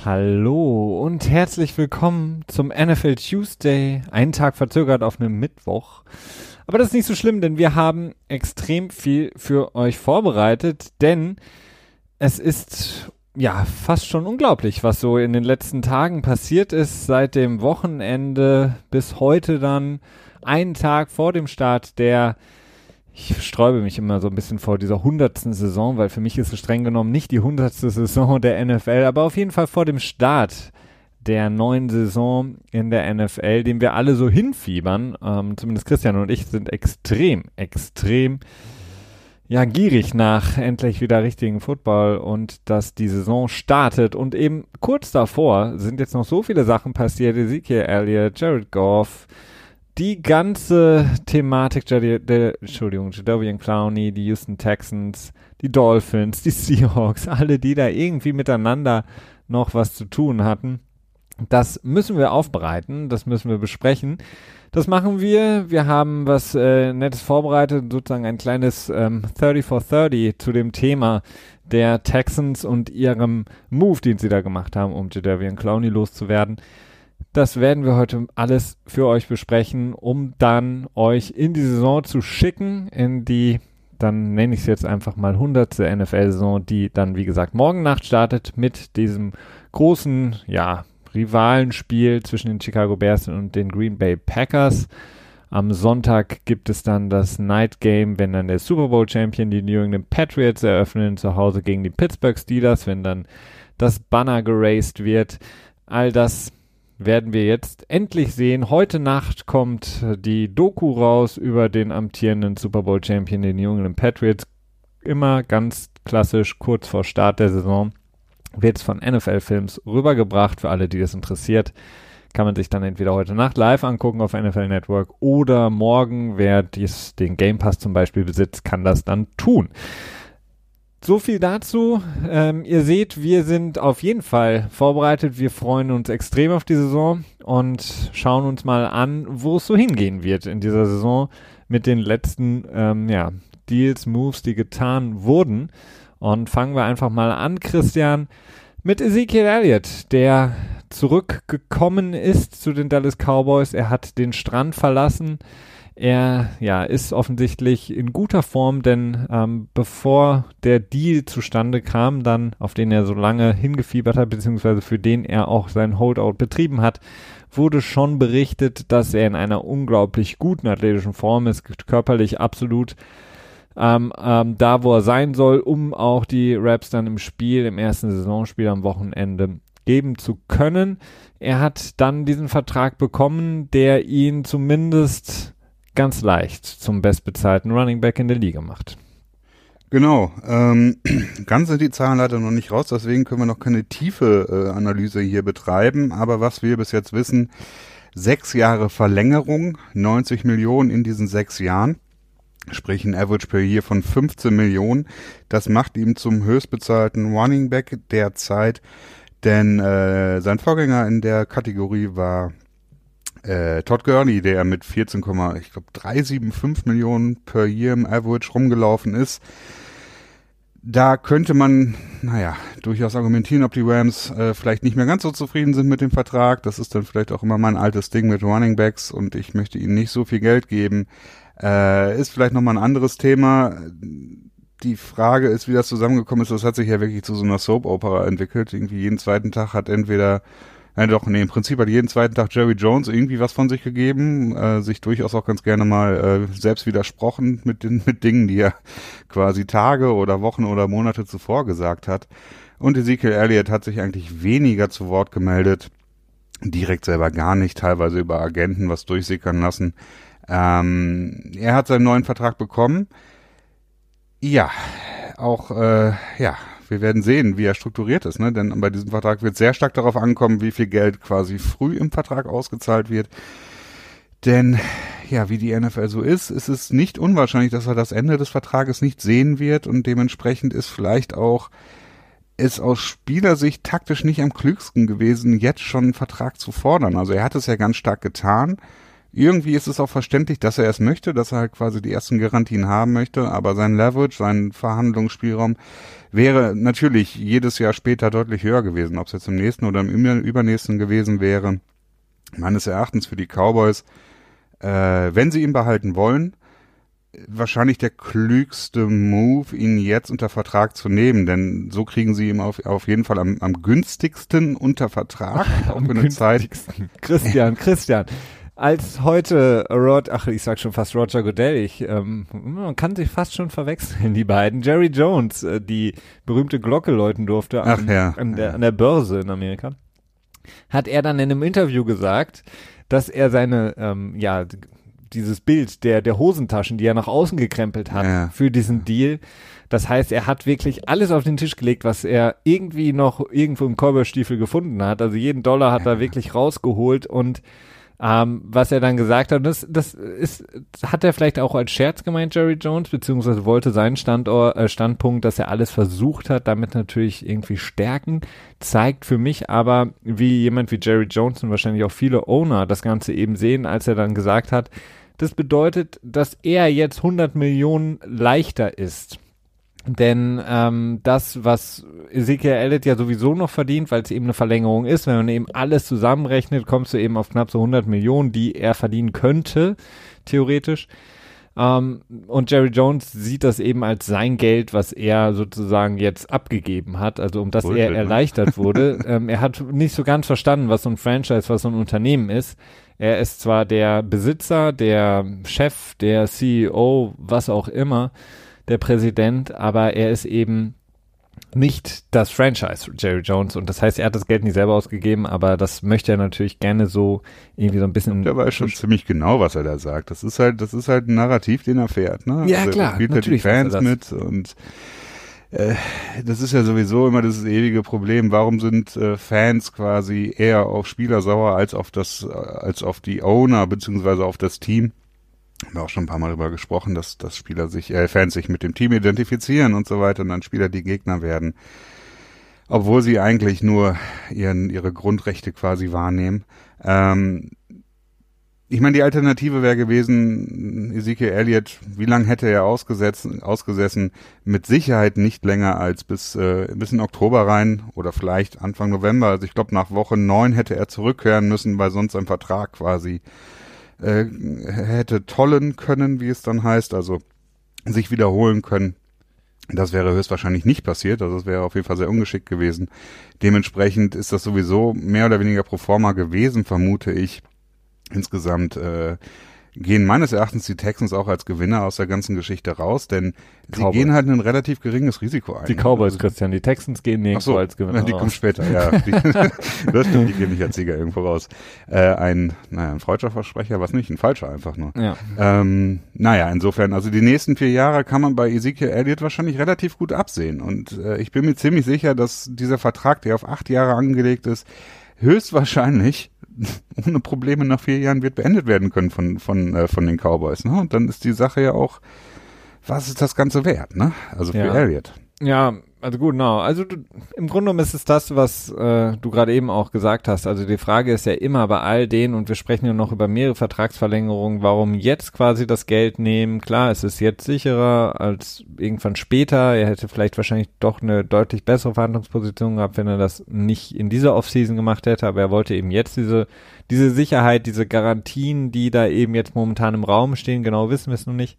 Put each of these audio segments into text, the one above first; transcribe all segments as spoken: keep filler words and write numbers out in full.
Hallo und herzlich willkommen zum N F L Tuesday, einen Tag verzögert auf einem Mittwoch. Aber das ist nicht so schlimm, denn wir haben extrem viel für euch vorbereitet, denn es ist ja fast schon unglaublich, was so in den letzten Tagen passiert ist, seit dem Wochenende bis heute dann, einen Tag vor dem Start der, ich sträube mich immer so ein bisschen vor dieser hundertsten Saison, weil für mich ist es streng genommen nicht die hundertste Saison der N F L, aber auf jeden Fall vor dem Start der neuen Saison in der N F L, dem wir alle so hinfiebern. Ähm, zumindest Christian und ich sind extrem, extrem ja gierig nach endlich wieder richtigen Football und dass die Saison startet. Und eben kurz davor sind jetzt noch so viele Sachen passiert. Ezekiel Elliott, Jared Goff, die ganze Thematik, der, der, Entschuldigung, Jadeveon Clowney, die Houston Texans, die Dolphins, die Seahawks, alle, die da irgendwie miteinander noch was zu tun hatten. Das müssen wir aufbereiten, das müssen wir besprechen. Das machen wir. Wir haben was äh, Nettes vorbereitet, sozusagen ein kleines ähm, thirty for thirty zu dem Thema der Texans und ihrem Move, den sie da gemacht haben, um Jadeveon Clowney loszuwerden. Das werden wir heute alles für euch besprechen, um dann euch in die Saison zu schicken, in die, dann nenne ich es jetzt einfach mal hundertste N F L-Saison, die dann, wie gesagt, morgen Nacht startet mit diesem großen, ja, Rivalenspiel zwischen den Chicago Bears und den Green Bay Packers. Am Sonntag gibt es dann das Night Game, wenn dann der Super Bowl Champion die New England Patriots eröffnen, zu Hause gegen die Pittsburgh Steelers, wenn dann das Banner geraced wird. All das werden wir jetzt endlich sehen. Heute Nacht kommt die Doku raus über den amtierenden Super Bowl Champion, den New England Patriots. Immer ganz klassisch, kurz vor Start der Saison, wird es von N F L Films rübergebracht. Für alle, die das interessiert, kann man sich dann entweder heute Nacht live angucken auf N F L Network oder morgen, wer dies, den Game Pass zum Beispiel besitzt, kann das dann tun. So viel dazu. Ähm, ihr seht, wir sind auf jeden Fall vorbereitet. Wir freuen uns extrem auf die Saison und schauen uns mal an, wo es so hingehen wird in dieser Saison mit den letzten ähm, ja, Deals, Moves, die getan wurden. Und fangen wir einfach mal an, Christian, mit Ezekiel Elliott, der zurückgekommen ist zu den Dallas Cowboys. Er hat den Strand verlassen. Er ja, ist offensichtlich in guter Form, denn ähm, bevor der Deal zustande kam, dann auf den er so lange hingefiebert hat, beziehungsweise für den er auch sein Holdout betrieben hat, wurde schon berichtet, dass er in einer unglaublich guten athletischen Form ist, körperlich absolut ähm, ähm, da, wo er sein soll, um auch die Raps dann im Spiel, im ersten Saisonspiel am Wochenende geben zu können. Er hat dann diesen Vertrag bekommen, der ihn zumindest ganz leicht zum bestbezahlten Running Back in der Liga macht. Genau, ähm, ganz sind die Zahlen leider noch nicht raus, deswegen können wir noch keine tiefe äh, Analyse hier betreiben, aber was wir bis jetzt wissen, sechs Jahre Verlängerung, neunzig Millionen in diesen sechs Jahren, sprich ein Average per Year von fünfzehn Millionen, das macht ihn zum höchstbezahlten Running Back derzeit, denn äh, sein Vorgänger in der Kategorie war Äh, Todd Gurley, der mit vierzehn, ich glaube drei sieben fünf Millionen per Year im Average rumgelaufen ist. Da könnte man, naja, durchaus argumentieren, ob die Rams äh, vielleicht nicht mehr ganz so zufrieden sind mit dem Vertrag. Das ist dann vielleicht auch immer mein altes Ding mit Running Backs und ich möchte ihnen nicht so viel Geld geben. Äh, ist vielleicht nochmal ein anderes Thema. Die Frage ist, wie das zusammengekommen ist. Das hat sich ja wirklich zu so einer Soap-Opera entwickelt. Irgendwie jeden zweiten Tag hat entweder Nein, doch, nee, im Prinzip hat jeden zweiten Tag Jerry Jones irgendwie was von sich gegeben, äh, sich durchaus auch ganz gerne mal äh, selbst widersprochen mit den mit Dingen, die er quasi Tage oder Wochen oder Monate zuvor gesagt hat. Und Ezekiel Elliott hat sich eigentlich weniger zu Wort gemeldet, direkt selber gar nicht, teilweise über Agenten was durchsickern lassen. Ähm, er hat seinen neuen Vertrag bekommen. Ja, auch, äh, ja, wir werden sehen, wie er strukturiert ist, ne? Denn bei diesem Vertrag wird sehr stark darauf ankommen, wie viel Geld quasi früh im Vertrag ausgezahlt wird. Denn, ja, wie die N F L so ist, ist es nicht unwahrscheinlich, dass er das Ende des Vertrages nicht sehen wird und dementsprechend ist vielleicht auch es aus Spielersicht taktisch nicht am klügsten gewesen, jetzt schon einen Vertrag zu fordern. Also er hat es ja ganz stark getan, irgendwie ist es auch verständlich, dass er es möchte, dass er halt quasi die ersten Garantien haben möchte, aber sein Leverage, sein Verhandlungsspielraum wäre natürlich jedes Jahr später deutlich höher gewesen, ob es jetzt im nächsten oder im übernächsten gewesen wäre. Meines Erachtens für die Cowboys, äh, wenn sie ihn behalten wollen, wahrscheinlich der klügste Move, ihn jetzt unter Vertrag zu nehmen, denn so kriegen sie ihn auf, auf jeden Fall am, am günstigsten unter Vertrag, auch für eine Zeit. Christian, Christian, als heute Rod, ach ich sag schon fast Roger Goodell, ich, ähm, man kann sich fast schon verwechseln, die beiden. Jerry Jones, äh, die berühmte Glocke läuten durfte an, ach ja. an, der, an der Börse in Amerika, hat er dann in einem Interview gesagt, dass er seine, ähm, ja, dieses Bild der, der Hosentaschen, die er nach außen gekrempelt hat ja. für diesen Deal. Das heißt, er hat wirklich alles auf den Tisch gelegt, was er irgendwie noch irgendwo im Cowboy-Stiefel gefunden hat. Also jeden Dollar hat ja. er wirklich rausgeholt und ähm, was er dann gesagt hat, das, das ist, hat er vielleicht auch als Scherz gemeint, Jerry Jones, beziehungsweise wollte seinen Standort, äh, Standpunkt, dass er alles versucht hat, damit natürlich irgendwie stärken, zeigt für mich aber, wie jemand wie Jerry Jones und wahrscheinlich auch viele Owner das Ganze eben sehen, als er dann gesagt hat, das bedeutet, dass er jetzt hundert Millionen leichter ist. Denn ähm, das, was Ezekiel Elliott ja sowieso noch verdient, weil es eben eine Verlängerung ist, wenn man eben alles zusammenrechnet, kommst du eben auf knapp so hundert Millionen, die er verdienen könnte, theoretisch. Ähm, und Jerry Jones sieht das eben als sein Geld, was er sozusagen jetzt abgegeben hat, also um das Bullshit, er erleichtert ne? wurde. ähm, er hat nicht so ganz verstanden, was so ein Franchise, was so ein Unternehmen ist. Er ist zwar der Besitzer, der Chef, der C E O, was auch immer, der Präsident, aber er ist eben nicht das Franchise, Jerry Jones. Und das heißt, er hat das Geld nicht selber ausgegeben, aber das möchte er natürlich gerne so irgendwie so ein bisschen. Der weiß schon ziemlich genau, was er da sagt. Das ist halt, das ist halt ein Narrativ, den er fährt, ne? Ja, also klar, er spielt natürlich halt die Fans weiß er mit und äh, das ist ja sowieso immer das ewige Problem. Warum sind äh, Fans quasi eher auf Spieler sauer als auf das, äh, als auf die Owner beziehungsweise auf das Team? Haben wir auch schon ein paar Mal darüber gesprochen, dass, dass Spieler sich, äh, Fans sich mit dem Team identifizieren und so weiter und dann Spieler die Gegner werden, obwohl sie eigentlich nur ihren, ihre Grundrechte quasi wahrnehmen. Ähm, ich meine, die Alternative wäre gewesen, Ezekiel Elliott, wie lange hätte er ausgesetzt, ausgesessen? Mit Sicherheit nicht länger als bis, äh, bis in Oktober rein oder vielleicht Anfang November. Also ich glaube, nach Woche neun hätte er zurückkehren müssen, weil sonst sein Vertrag quasi äh, hätte tollen können, wie es dann heißt, also sich wiederholen können. Das wäre höchstwahrscheinlich nicht passiert, also es wäre auf jeden Fall sehr ungeschickt gewesen. Dementsprechend ist das sowieso mehr oder weniger pro forma gewesen, vermute ich. Insgesamt äh, gehen meines Erachtens die Texans auch als Gewinner aus der ganzen Geschichte raus, denn sie Cowboys. gehen halt ein relativ geringes Risiko ein. Die Cowboys, Christian, die Texans gehen nirgendwo Ach so, als Gewinner die raus. kommen später, ja. Die, das stimmt, die gehen nicht als Sieger irgendwo raus. Äh, ein, naja, ein freudscher Versprecher, was nicht, ein falscher einfach nur. Ja. Ähm, naja, insofern, also die nächsten vier Jahre kann man bei Ezekiel Elliott wahrscheinlich relativ gut absehen und äh, ich bin mir ziemlich sicher, dass dieser Vertrag, der auf acht Jahre angelegt ist, höchstwahrscheinlich ohne Probleme nach vier Jahren wird beendet werden können von von äh, von den Cowboys, ne? Und dann ist die Sache ja auch, was ist das Ganze wert, ne? Also für Ja. Elliott. Ja, also gut, genau. Also du, im Grunde genommen ist es das, was äh, du gerade eben auch gesagt hast. Also die Frage ist ja immer bei all denen, und wir sprechen ja noch über mehrere Vertragsverlängerungen, warum jetzt quasi das Geld nehmen. Klar, es ist jetzt sicherer als irgendwann später. Er hätte vielleicht wahrscheinlich doch eine deutlich bessere Verhandlungsposition gehabt, wenn er das nicht in dieser Offseason gemacht hätte, aber er wollte eben jetzt diese diese Sicherheit, diese Garantien, die da eben jetzt momentan im Raum stehen, genau wissen wir es noch nicht.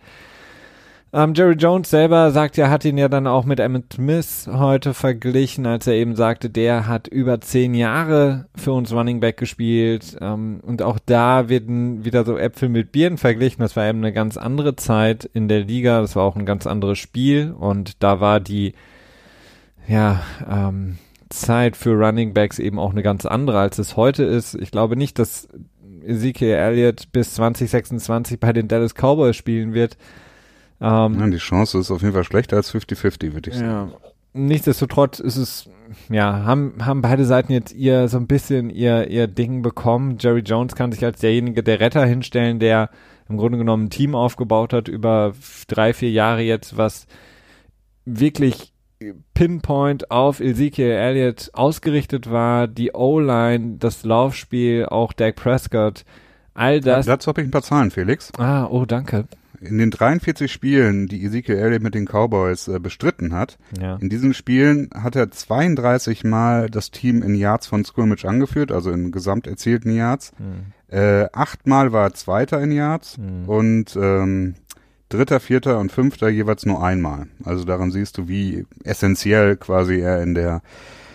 Um, Jerry Jones selber sagt ja, hat ihn ja dann auch mit Emmitt Smith heute verglichen, als er eben sagte, der hat über zehn Jahre für uns Running Back gespielt, um, und auch da werden wieder so Äpfel mit Birnen verglichen. Das war eben eine ganz andere Zeit in der Liga, das war auch ein ganz anderes Spiel und da war die ja ähm, Zeit für Running Backs eben auch eine ganz andere, als es heute ist. Ich glaube nicht, dass Ezekiel Elliott bis zwanzig sechsundzwanzig bei den Dallas Cowboys spielen wird. Ähm, ja, die Chance ist auf jeden Fall schlechter als fünfzig fünfzig, würde ich sagen. Ja. Nichtsdestotrotz ist es, ja, haben, haben beide Seiten jetzt ihr, so ein bisschen ihr, ihr Ding bekommen. Jerry Jones kann sich als derjenige, der Retter hinstellen, der im Grunde genommen ein Team aufgebaut hat über drei, vier Jahre jetzt, was wirklich Pinpoint auf Ezekiel Elliott ausgerichtet war. Die O-Line, das Laufspiel, auch Dak Prescott, All das. Dazu habe ich ein paar Zahlen, Felix. Ah, oh, danke. In den dreiundvierzig Spielen, die Ezekiel Elliott mit den Cowboys äh, bestritten hat, ja. in diesen Spielen hat er zweiunddreißig Mal das Team in Yards von Scrimmage angeführt, also in gesamt erzielten Yards. Mhm. Äh, achtmal war er Zweiter in Yards mhm. und ähm, Dritter, Vierter und Fünfter jeweils nur einmal. Also daran siehst du, wie essentiell quasi er in der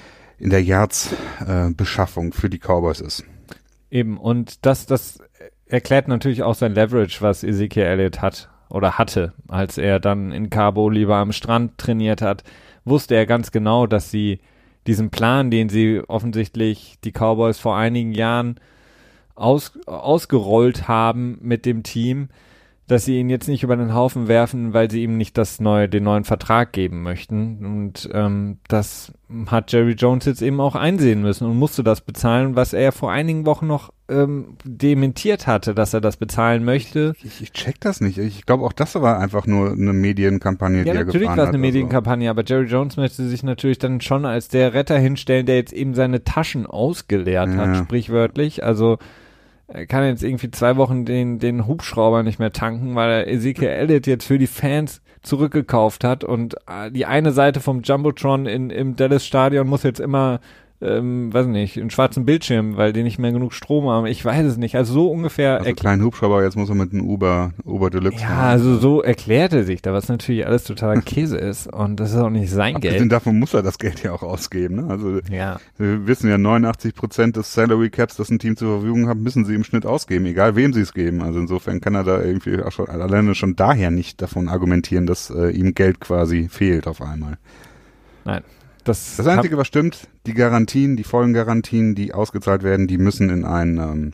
in der Yards-Beschaffung äh, für die Cowboys ist. Eben, und das, das erklärt natürlich auch sein Leverage, was Ezekiel Elliott hat oder hatte. Als er dann in Cabo lieber am Strand trainiert hat, wusste er ganz genau, dass sie diesen Plan, den sie offensichtlich die Cowboys vor einigen Jahren aus, ausgerollt haben mit dem Team, dass sie ihn jetzt nicht über den Haufen werfen, weil sie ihm nicht das neue, den neuen Vertrag geben möchten. Und ähm, das hat Jerry Jones jetzt eben auch einsehen müssen und musste das bezahlen, was er vor einigen Wochen noch ähm, dementiert hatte, dass er das bezahlen möchte. Ich, ich check das nicht. Ich glaube, auch das war einfach nur eine Medienkampagne, ja, die er gefahren hat. Natürlich war es eine Medienkampagne, aber Jerry Jones möchte sich natürlich dann schon als der Retter hinstellen, der jetzt eben seine Taschen ausgeleert ja. hat, sprichwörtlich. Also er kann jetzt irgendwie zwei Wochen den, den Hubschrauber nicht mehr tanken, weil er Ezekiel Elliott jetzt für die Fans zurückgekauft hat und die eine Seite vom Jumbotron in, im Dallas-Stadion muss jetzt immer, ähm, weiß nicht, einen schwarzen Bildschirm, weil die nicht mehr genug Strom haben. Ich weiß es nicht. Also so ungefähr. Also kleinen Hubschrauber, jetzt muss er mit einem Uber, Uber Deluxe Ja, fahren. also so erklärt er sich da, was natürlich alles totaler Käse ist und das ist auch nicht sein Geld. Abgesehen davon muss er das Geld ja auch ausgeben, ne? Also ja. wir wissen ja, neunundachtzig Prozent des Salary Caps, das ein Team zur Verfügung hat, müssen sie im Schnitt ausgeben, egal wem sie es geben. Also insofern kann er da irgendwie auch schon, alleine schon daher nicht davon argumentieren, dass äh, ihm Geld quasi fehlt auf einmal. Nein. Das, das Einzige, was stimmt, die Garantien, die vollen Garantien, die ausgezahlt werden, die müssen in einen ähm,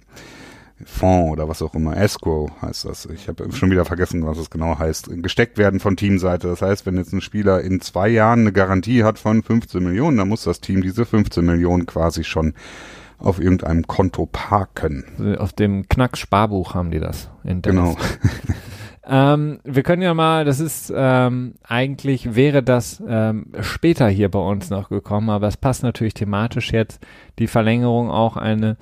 Fonds oder was auch immer, Escrow heißt das. Ich habe schon wieder vergessen, was es genau heißt, gesteckt werden von Teamseite. Das heißt, wenn jetzt ein Spieler in zwei Jahren eine Garantie hat von fünfzehn Millionen, dann muss das Team diese fünfzehn Millionen quasi schon auf irgendeinem Konto parken. Auf dem Knack-Sparbuch haben die das. In Dallas. Genau. Ähm, wir können ja mal, das ist, ähm, eigentlich wäre das ähm, später hier bei uns noch gekommen, aber es passt natürlich thematisch jetzt, die Verlängerung auch eine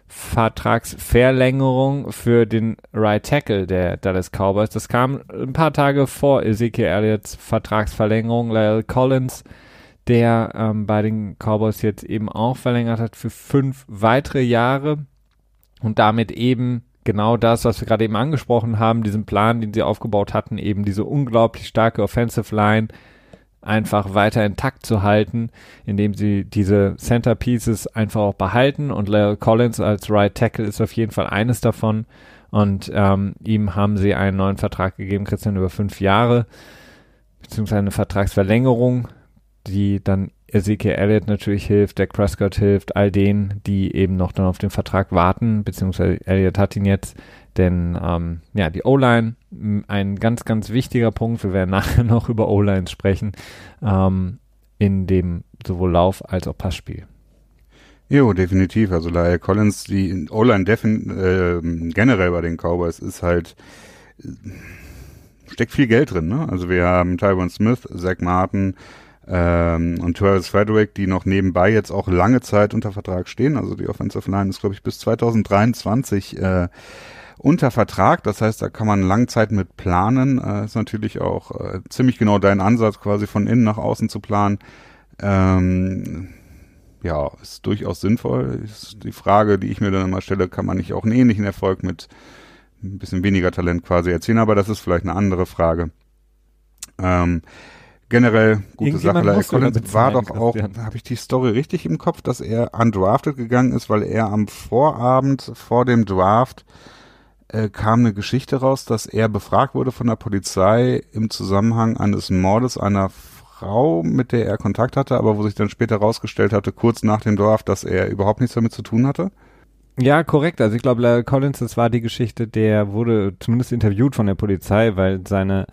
Vertragsverlängerung für den Right Tackle der Dallas Cowboys. Das kam ein paar Tage vor Ezekiel Elliott's Vertragsverlängerung. La'el Collins, der ähm, bei den Cowboys jetzt eben auch verlängert hat für fünf weitere Jahre und damit eben genau das, was wir gerade eben angesprochen haben, diesen Plan, den sie aufgebaut hatten, eben diese unglaublich starke Offensive Line einfach weiter intakt zu halten, indem sie diese Centerpieces einfach auch behalten und La'el Collins als Right Tackle ist auf jeden Fall eines davon und ähm, ihm haben sie einen neuen Vertrag gegeben, Christian, über fünf Jahre, beziehungsweise eine Vertragsverlängerung, die dann Ezekiel Elliott natürlich hilft, Dak Prescott hilft, all denen, die eben noch dann auf den Vertrag warten, beziehungsweise Elliott hat ihn jetzt, denn ähm, ja, die O-Line, ein ganz, ganz wichtiger Punkt, wir werden nachher noch über O-Lines sprechen, ähm, in dem sowohl Lauf- als auch Passspiel. Jo, definitiv, also La'el Collins, die O-Line defin- äh, generell bei den Cowboys ist halt, äh, steckt viel Geld drin, ne? Also wir haben Tyron Smith, Zach Martin, Ähm, und Travis Frederick, die noch nebenbei jetzt auch lange Zeit unter Vertrag stehen. Also die Offensive Line ist, glaube ich, bis zwanzig dreiundzwanzig äh, unter Vertrag. Das heißt, da kann man lange Zeit mit planen. Äh, ist natürlich auch äh, ziemlich genau dein Ansatz, quasi von innen nach außen zu planen. Ähm, ja, ist durchaus sinnvoll. Ist die Frage, die ich mir dann immer stelle, kann man nicht auch einen ähnlichen Erfolg mit ein bisschen weniger Talent quasi erzielen? Aber das ist vielleicht eine andere Frage. Ähm, Generell gute Sache. La'el Collins war doch auch, habe ich die Story richtig im Kopf, dass er undrafted gegangen ist, weil er am Vorabend vor dem Draft äh, kam eine Geschichte raus, dass er befragt wurde von der Polizei im Zusammenhang eines Mordes einer Frau, mit der er Kontakt hatte, aber wo sich dann später rausgestellt hatte, kurz nach dem Draft, dass er überhaupt nichts damit zu tun hatte. Ja, korrekt. Also ich glaube, La'el Collins, das war die Geschichte, der wurde zumindest interviewt von der Polizei, weil seine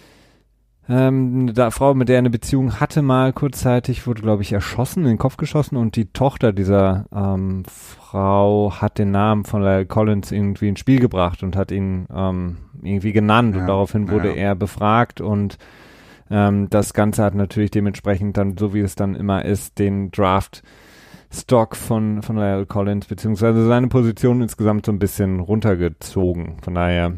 Ähm, eine Frau, mit der er eine Beziehung hatte, mal kurzzeitig, wurde, glaube ich, erschossen, in den Kopf geschossen und die Tochter dieser ähm, Frau hat den Namen von La'el Collins irgendwie ins Spiel gebracht und hat ihn ähm, irgendwie genannt ja, und daraufhin wurde ja. er befragt und ähm, das Ganze hat natürlich dementsprechend dann, so wie es dann immer ist, den Draft Stock von, von La'el Collins, beziehungsweise seine Position insgesamt so ein bisschen runtergezogen. Von daher,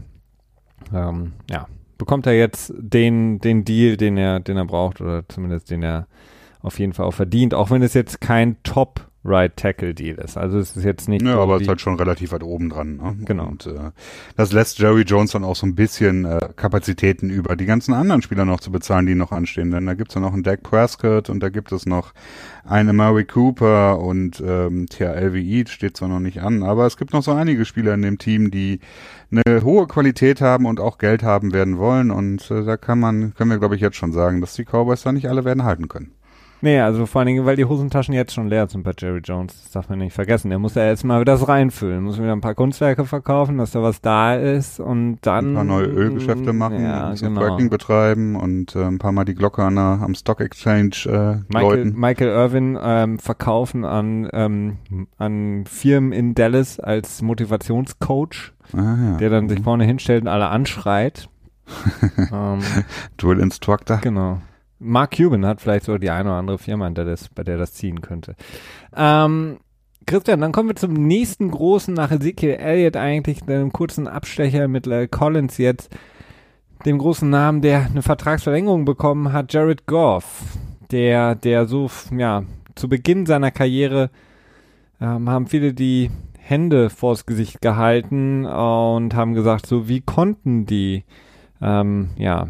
ähm, ja, bekommt er jetzt den, den Deal, den er, den er braucht, oder zumindest den er auf jeden Fall auch verdient, auch wenn es jetzt kein Top Right Tackle Deal ist. Also es ist jetzt nicht. Ja, so aber es ist halt schon relativ weit oben dran. Ne? Genau. Und äh, das lässt Jerry Jones dann auch so ein bisschen äh, Kapazitäten über, die ganzen anderen Spieler noch zu bezahlen, die noch anstehen. Denn da gibt's ja noch einen Dak Prescott und da gibt es noch einen Amari Cooper und ähm, tja, L V E steht zwar noch nicht an, aber es gibt noch so einige Spieler in dem Team, die eine hohe Qualität haben und auch Geld haben werden wollen. Und äh, da kann man, können wir glaube ich jetzt schon sagen, dass die Cowboys da nicht alle werden halten können. Nee, also vor allen Dingen, weil die Hosentaschen jetzt schon leer sind bei Jerry Jones. Das darf man nicht vergessen. Der muss ja jetzt mal wieder das reinfüllen. Muss wieder ein paar Kunstwerke verkaufen, dass da was da ist und dann... Ein paar neue Ölgeschäfte machen, ja, so genau. Tracking betreiben und äh, ein paar Mal die Glocke an der, am Stock Exchange äh, Michael, läuten. Michael Irvin ähm, verkaufen an, ähm, an Firmen in Dallas als Motivationscoach, Ah, ja. der dann sich vorne hinstellt und alle anschreit. ähm, Drill Instructor. Genau. Mark Cuban hat vielleicht so die eine oder andere Firma, in der das, bei der das ziehen könnte. Ähm, Christian, dann kommen wir zum nächsten großen, nach Ezekiel Elliott eigentlich, einem kurzen Abstecher mit La'el Collins jetzt, dem großen Namen, der eine Vertragsverlängerung bekommen hat, Jared Goff, der, der so, ja, zu Beginn seiner Karriere ähm, haben viele die Hände vors Gesicht gehalten und haben gesagt, so wie konnten die, ähm, ja,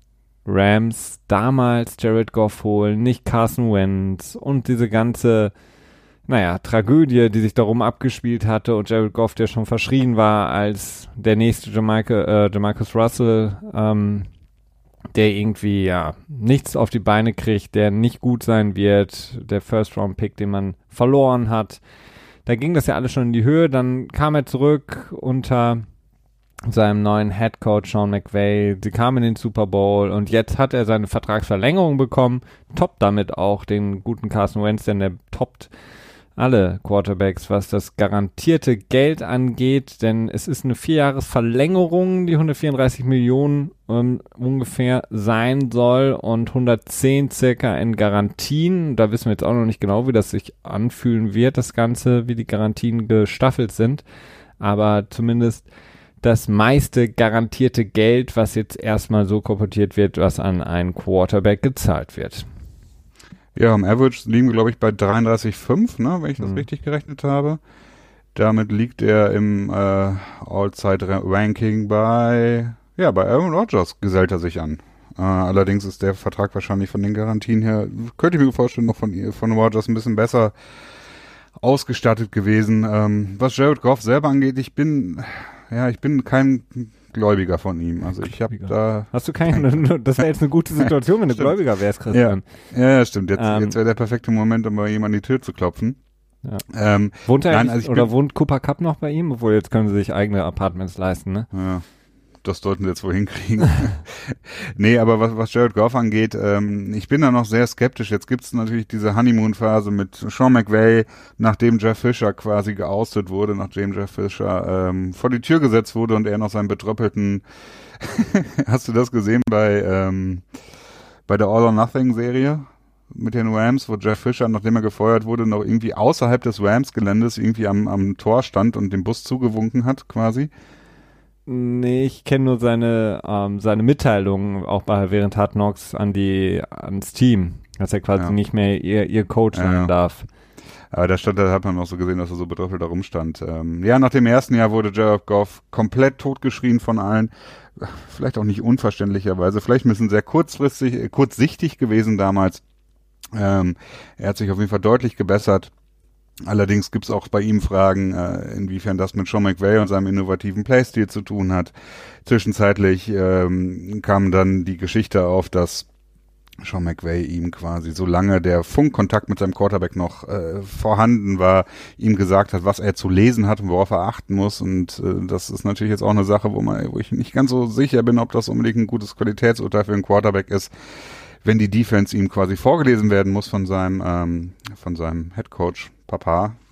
Rams damals Jared Goff holen, nicht Carson Wentz und diese ganze, naja, Tragödie, die sich darum abgespielt hatte und Jared Goff, der schon verschrien war als der nächste Jamaica, äh, Jamarcus Russell, ähm, der irgendwie, ja, nichts auf die Beine kriegt, der nicht gut sein wird, der First-Round-Pick, den man verloren hat. Da ging das ja alles schon in die Höhe, dann kam er zurück unter seinem neuen Headcoach Sean McVay, sie kamen in den Super Bowl und jetzt hat er seine Vertragsverlängerung bekommen, toppt damit auch den guten Carson Wentz, denn der toppt alle Quarterbacks, was das garantierte Geld angeht, denn es ist eine Vierjahresverlängerung, die hundertvierunddreißig Millionen ähm, ungefähr sein soll und hundertzehn circa in Garantien. Da wissen wir jetzt auch noch nicht genau, wie das sich anfühlen wird, das Ganze, wie die Garantien gestaffelt sind, aber zumindest das meiste garantierte Geld, was jetzt erstmal so kolportiert wird, was an einen Quarterback gezahlt wird. Ja, im Average liegen wir, glaube ich, bei dreiunddreißig Komma fünf, ne, wenn ich das mhm. richtig gerechnet habe. Damit liegt er im äh, All-Zeit-Ranking bei, ja, bei Aaron Rodgers gesellt er sich an. Äh, allerdings ist der Vertrag wahrscheinlich von den Garantien her, könnte ich mir vorstellen, noch von, von Rodgers ein bisschen besser ausgestattet gewesen. Ähm, was Jared Goff selber angeht, ich bin... Ja, ich bin kein Gläubiger von ihm. Also ich habe da... Hast du keinen... Das wäre jetzt eine gute Situation, wenn du Gläubiger wärst, Christian. Ja, ja stimmt. Jetzt, ähm, jetzt wäre der perfekte Moment, um bei ihm an die Tür zu klopfen. Ja. Ähm, wohnt er nein, also oder bin, wohnt Cooper Kupp noch bei ihm? Obwohl, jetzt können sie sich eigene Apartments leisten, ne? Ja, das sollten wir jetzt wohl hinkriegen. Nee, aber was, was Jared Goff angeht, ähm, ich bin da noch sehr skeptisch. Jetzt gibt's natürlich diese Honeymoon-Phase mit Sean McVay, nachdem Jeff Fisher quasi geoustet wurde, nachdem Jeff Fisher ähm, vor die Tür gesetzt wurde und er noch seinen betröppelten, hast du das gesehen bei ähm, bei der All or Nothing Serie mit den Rams, wo Jeff Fisher, nachdem er gefeuert wurde, noch irgendwie außerhalb des Rams-Geländes irgendwie am, am Tor stand und dem Bus zugewunken hat, quasi? Nee, ich kenne nur seine ähm, seine Mitteilungen auch bei während Hard Knocks an die ans Team, dass er quasi ja. nicht mehr ihr ihr Coach sein ja. darf. Aber da stand, da hat man auch so gesehen, dass er so betröppelt da rumstand. Ähm, ja, nach dem ersten Jahr wurde Jared Goff komplett totgeschrien von allen. Vielleicht auch nicht unverständlicherweise. Vielleicht ein bisschen sehr kurzfristig, äh, kurzsichtig gewesen damals. Ähm, er hat sich auf jeden Fall deutlich gebessert. Allerdings gibt's auch bei ihm Fragen, äh, inwiefern das mit Sean McVay und seinem innovativen Playstil zu tun hat. Zwischenzeitlich ähm, kam dann die Geschichte auf, dass Sean McVay ihm quasi, solange der Funkkontakt mit seinem Quarterback noch äh, vorhanden war, ihm gesagt hat, was er zu lesen hat und worauf er achten muss. Und äh, das ist natürlich jetzt auch eine Sache, wo man, wo ich nicht ganz so sicher bin, ob das unbedingt ein gutes Qualitätsurteil für einen Quarterback ist, wenn die Defense ihm quasi vorgelesen werden muss von seinem ähm, von seinem Headcoach Papa,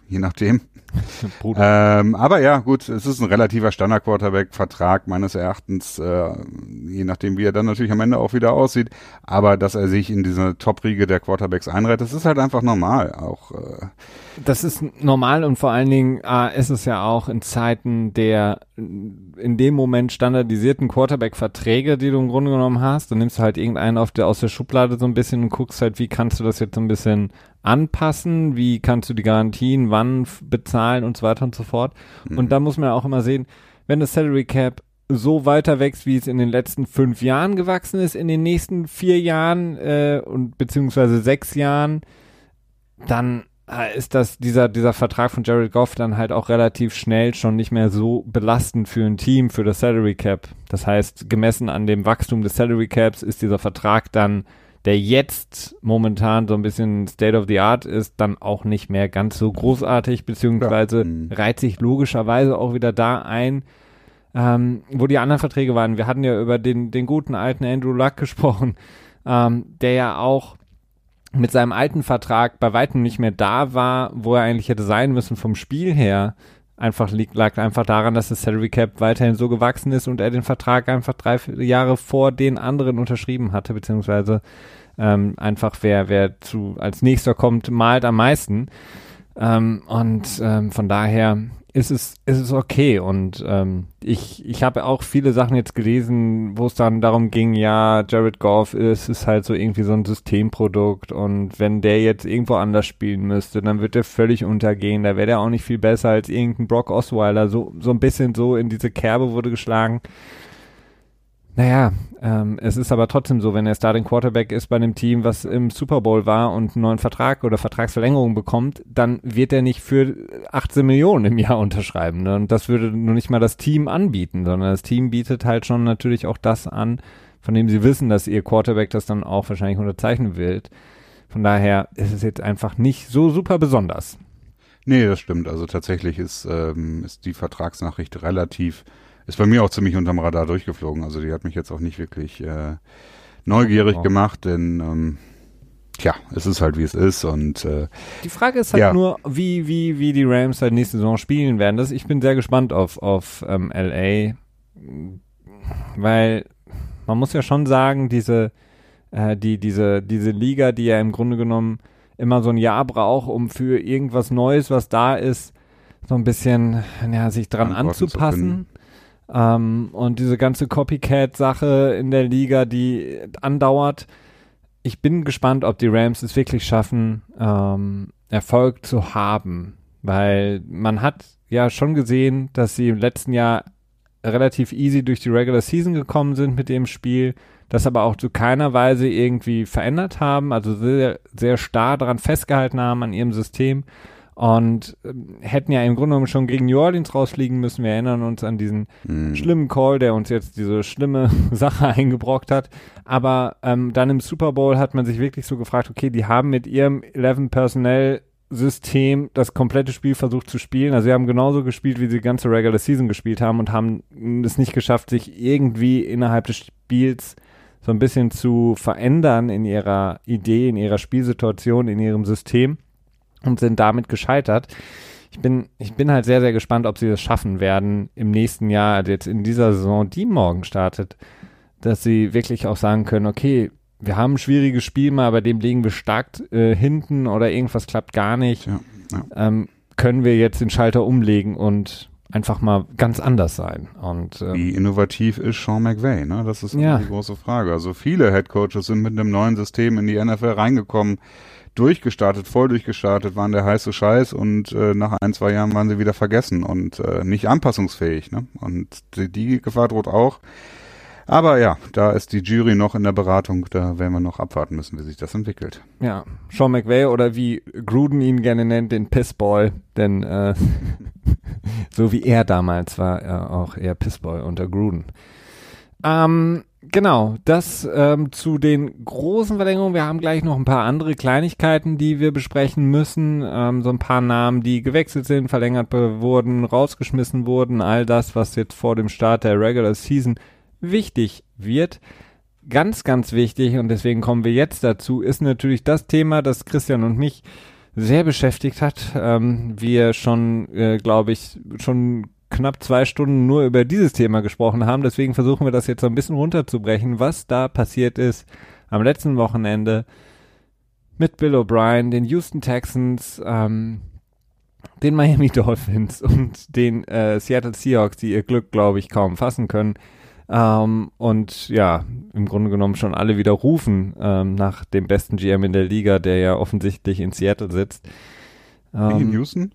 je nachdem. ähm, aber ja, gut, es ist ein relativer Standard-Quarterback-Vertrag meines Erachtens, äh, je nachdem, wie er dann natürlich am Ende auch wieder aussieht. Aber dass er sich in diese Top-Riege der Quarterbacks einreiht, das ist halt einfach normal. Auch äh, das ist normal und vor allen Dingen äh, ist es ja auch in Zeiten der in dem Moment standardisierten Quarterback-Verträge, die du im Grunde genommen hast. Dann nimmst du halt irgendeinen auf der, aus der Schublade so ein bisschen und guckst halt, wie kannst du das jetzt so ein bisschen anpassen, wie kannst du die Garantien wann f- bezahlen und so weiter und so fort. Mhm. Und da muss man ja auch immer sehen, wenn das Salary Cap so weiter wächst, wie es in den letzten fünf Jahren gewachsen ist, in den nächsten vier Jahren äh, und beziehungsweise sechs Jahren, dann äh, ist das dieser dieser Vertrag von Jared Goff dann halt auch relativ schnell schon nicht mehr so belastend für ein Team, für das Salary Cap. Das heißt, gemessen an dem Wachstum des Salary Caps ist dieser Vertrag dann, der jetzt momentan so ein bisschen State of the Art ist, dann auch nicht mehr ganz so großartig, beziehungsweise ja. reiht sich logischerweise auch wieder da ein, ähm, wo die anderen Verträge waren. Wir hatten ja über den, den guten alten Andrew Luck gesprochen, ähm, der ja auch mit seinem alten Vertrag bei weitem nicht mehr da war, wo er eigentlich hätte sein müssen vom Spiel her. Einfach liegt, lag einfach daran, dass das Salary Cap weiterhin so gewachsen ist und er den Vertrag einfach drei vier Jahre vor den anderen unterschrieben hatte, beziehungsweise ähm, einfach wer wer zu als nächster kommt, malt am meisten. Ähm, und ähm, von daher ist es ist es okay. Und ähm, ich ich habe auch viele Sachen jetzt gelesen, wo es dann darum ging, ja, Jared Goff ist, ist halt so irgendwie so ein Systemprodukt und wenn der jetzt irgendwo anders spielen müsste, dann wird der völlig untergehen. Da wäre der auch nicht viel besser als irgendein Brock Osweiler. So so ein bisschen so in diese Kerbe wurde geschlagen. Naja, ähm, es ist aber trotzdem so, wenn er Starting Quarterback ist bei einem Team, was im Super Bowl war und einen neuen Vertrag oder Vertragsverlängerung bekommt, dann wird er nicht für achtzehn Millionen im Jahr unterschreiben. Ne? Und das würde nur nicht mal das Team anbieten, sondern das Team bietet halt schon natürlich auch das an, von dem sie wissen, dass ihr Quarterback das dann auch wahrscheinlich unterzeichnen will. Von daher ist es jetzt einfach nicht so super besonders. Nee, das stimmt. Also tatsächlich ist, ähm, ist die Vertragsnachricht relativ Ist bei mir auch ziemlich unterm Radar durchgeflogen. Also die hat mich jetzt auch nicht wirklich äh, neugierig oh. gemacht, denn ähm, tja, es ist halt wie es ist. Und äh, die Frage ist halt ja. nur, wie wie wie die Rams halt nächste Saison spielen werden. Das, ich bin sehr gespannt auf auf ähm, L A, weil man muss ja schon sagen, diese äh, die diese diese Liga, die ja im Grunde genommen immer so ein Jahr braucht, um für irgendwas Neues, was da ist, so ein bisschen ja sich dran anzupassen. Um, und diese ganze Copycat-Sache in der Liga, die andauert. Ich bin gespannt, ob die Rams es wirklich schaffen, ähm, Erfolg zu haben, weil man hat ja schon gesehen, dass sie im letzten Jahr relativ easy durch die Regular Season gekommen sind mit dem Spiel, das aber auch zu keiner Weise irgendwie verändert haben, also sehr, sehr starr daran festgehalten haben an ihrem System. Und äh, hätten ja im Grunde genommen schon gegen New Orleans rausfliegen müssen. Wir erinnern uns an diesen mm. schlimmen Call, der uns jetzt diese schlimme Sache eingebrockt hat. Aber ähm, dann im Super Bowl hat man sich wirklich so gefragt, okay, die haben mit ihrem elf-Personnel-System das komplette Spiel versucht zu spielen. Also sie haben genauso gespielt, wie sie die ganze Regular Season gespielt haben und haben es nicht geschafft, sich irgendwie innerhalb des Spiels so ein bisschen zu verändern in ihrer Idee, in ihrer Spielsituation, in ihrem System. Und sind damit gescheitert. Ich bin, ich bin halt sehr, sehr gespannt, ob sie das schaffen werden im nächsten Jahr, also jetzt in dieser Saison, die morgen startet, dass sie wirklich auch sagen können, okay, wir haben ein schwieriges Spiel mal, bei dem liegen wir stark äh, hinten oder irgendwas klappt gar nicht. Ja, ja. Ähm, können wir jetzt den Schalter umlegen und einfach mal ganz anders sein. Und, ähm, wie innovativ ist Sean McVay? Ne? Das ist ja die große Frage. Also viele Headcoaches sind mit einem neuen System in die N F L reingekommen, durchgestartet, voll durchgestartet, waren der heiße Scheiß und äh, nach ein, zwei Jahren waren sie wieder vergessen und äh, nicht anpassungsfähig. Ne? Und die, die Gefahr droht auch. Aber ja, da ist die Jury noch in der Beratung, da werden wir noch abwarten müssen, wie sich das entwickelt. Ja, Sean McVay oder wie Gruden ihn gerne nennt, den Pissboy, denn äh, so wie er damals war, er auch eher Pissboy unter Gruden. Ähm, Genau, das ähm, zu den großen Verlängerungen. Wir haben gleich noch ein paar andere Kleinigkeiten, die wir besprechen müssen. Ähm, so ein paar Namen, die gewechselt sind, verlängert wurden, rausgeschmissen wurden. All das, was jetzt vor dem Start der Regular Season wichtig wird. Ganz, ganz wichtig, und deswegen kommen wir jetzt dazu, ist natürlich das Thema, das Christian und mich sehr beschäftigt hat. Ähm, wir schon, äh, glaube ich, schon knapp zwei Stunden nur über dieses Thema gesprochen haben. Deswegen versuchen wir das jetzt so ein bisschen runterzubrechen, was da passiert ist am letzten Wochenende mit Bill O'Brien, den Houston Texans, ähm, den Miami Dolphins und den äh, Seattle Seahawks, die ihr Glück, glaube ich, kaum fassen können. Ähm, und ja, im Grunde genommen schon alle wieder rufen ähm, nach dem besten G M in der Liga, der ja offensichtlich in Seattle sitzt. Ähm, in Houston?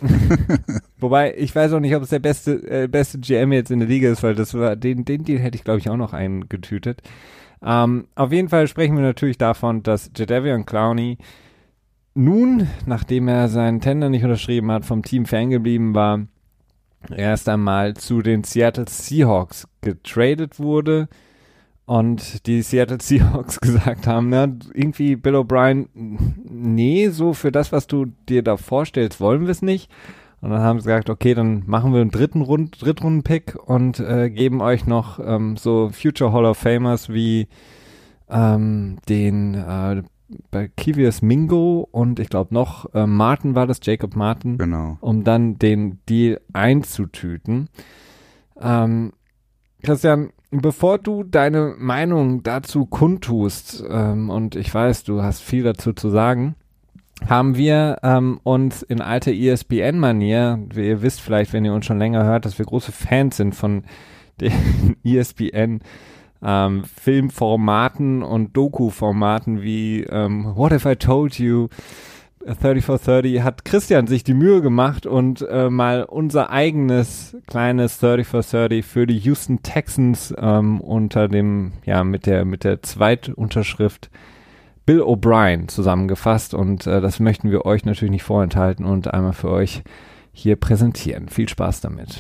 Wobei, ich weiß auch nicht, ob es der beste äh, beste G M jetzt in der Liga ist, weil das war, den, den Deal hätte ich, glaube ich, auch noch eingetütet. Ähm, auf jeden Fall sprechen wir natürlich davon, dass Jadeveon Clowney nun, nachdem er seinen Tender nicht unterschrieben hat, vom Team ferngeblieben war, erst einmal zu den Seattle Seahawks getradet wurde und die Seattle Seahawks gesagt haben, na, irgendwie Bill O'Brien, nee, so für das, was du dir da vorstellst, wollen wir es nicht. Und dann haben sie gesagt, okay, dann machen wir einen dritten Rund, Drittrunden-Pick und äh, geben euch noch ähm, so Future Hall of Famers wie ähm, den äh, bei Kivius Mingo und ich glaube noch äh, Martin war das, Jacob Martin, genau, um dann den Deal einzutüten. Ähm, Christian, bevor du deine Meinung dazu kundtust, ähm, und ich weiß, du hast viel dazu zu sagen, haben wir ähm, uns in alter E S P N-Manier, ihr wisst vielleicht, wenn ihr uns schon länger hört, dass wir große Fans sind von den E S P N ähm, Filmformaten und Doku-Formaten wie ähm, What If I Told You, thirty-four thirty, hat Christian sich die Mühe gemacht und äh, mal unser eigenes kleines thirty-four thirty für die Houston Texans ähm, unter dem, ja, mit der, mit der Zweitunterschrift Bill O'Brien zusammengefasst und äh, das möchten wir euch natürlich nicht vorenthalten und einmal für euch hier präsentieren. Viel Spaß damit.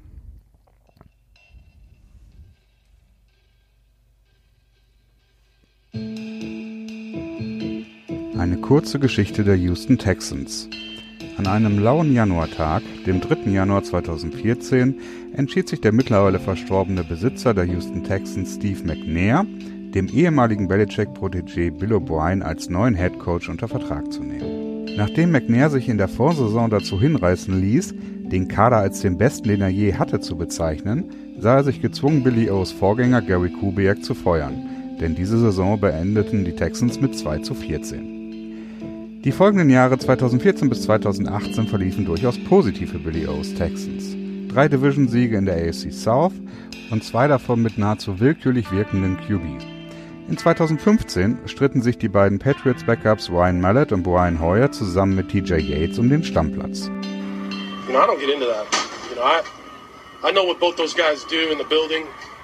Eine kurze Geschichte der Houston Texans. An einem lauen Januartag, dem dritten Januar zweitausendvierzehn, entschied sich der mittlerweile verstorbene Besitzer der Houston Texans, Steve McNair, dem ehemaligen Belichick-Protégé Bill O'Brien als neuen Headcoach unter Vertrag zu nehmen. Nachdem McNair sich in der Vorsaison dazu hinreißen ließ, den Kader als den besten, den er je hatte, zu bezeichnen, sah er sich gezwungen, Billy O's Vorgänger Gary Kubiak zu feuern, denn diese Saison beendeten die Texans mit zwei zu vierzehn. Die folgenden Jahre zweitausendvierzehn bis zweitausendachtzehn verliefen durchaus positiv für Billy O's Texans. Drei Division-Siege in der A F C South und zwei davon mit nahezu willkürlich wirkenden Q Bs. In zweitausendfünfzehn stritten sich die beiden Patriots-Backups Ryan Mallett und Brian Hoyer zusammen mit T J Yates um den Stammplatz. You know, I don't get into that. You know, I, I know what both those guys do in the building.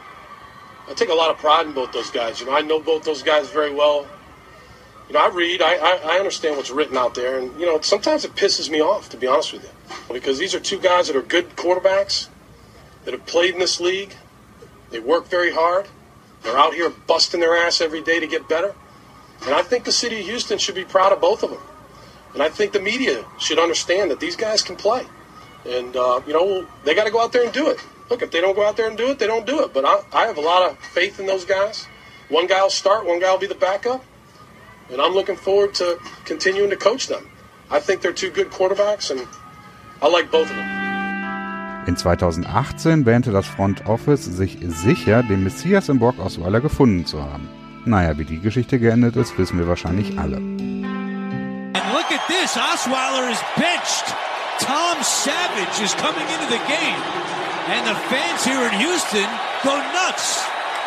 I take a lot of pride in both those guys. You know, I know both those guys very well. You know, I read, I, I, I understand what's written out there, and, you know, sometimes it pisses me off, to be honest with you. Because these are two guys that are good quarterbacks, that have played in this league. They work very hard. They're out here busting their ass every day to get better. And I think the city of Houston should be proud of both of them. And I think the media should understand that these guys can play. And, uh, you know, they got to go out there and do it. Look, if they don't go out there and do it, they don't do it. But I, I have a lot of faith in those guys. One guy will start, one guy will be the backup. And I'm looking forward to continuing to coach them. I think they're two good quarterbacks, and I like both of them. In zweitausendachtzehn wähnte das Front Office sich sicher, den Messias im Brock Osweiler gefunden zu haben. Naja, wie die Geschichte geendet ist, wissen wir wahrscheinlich alle. And look at this, Osweiler is benched. Tom Savage is coming into the game. And the fans here in Houston go nuts.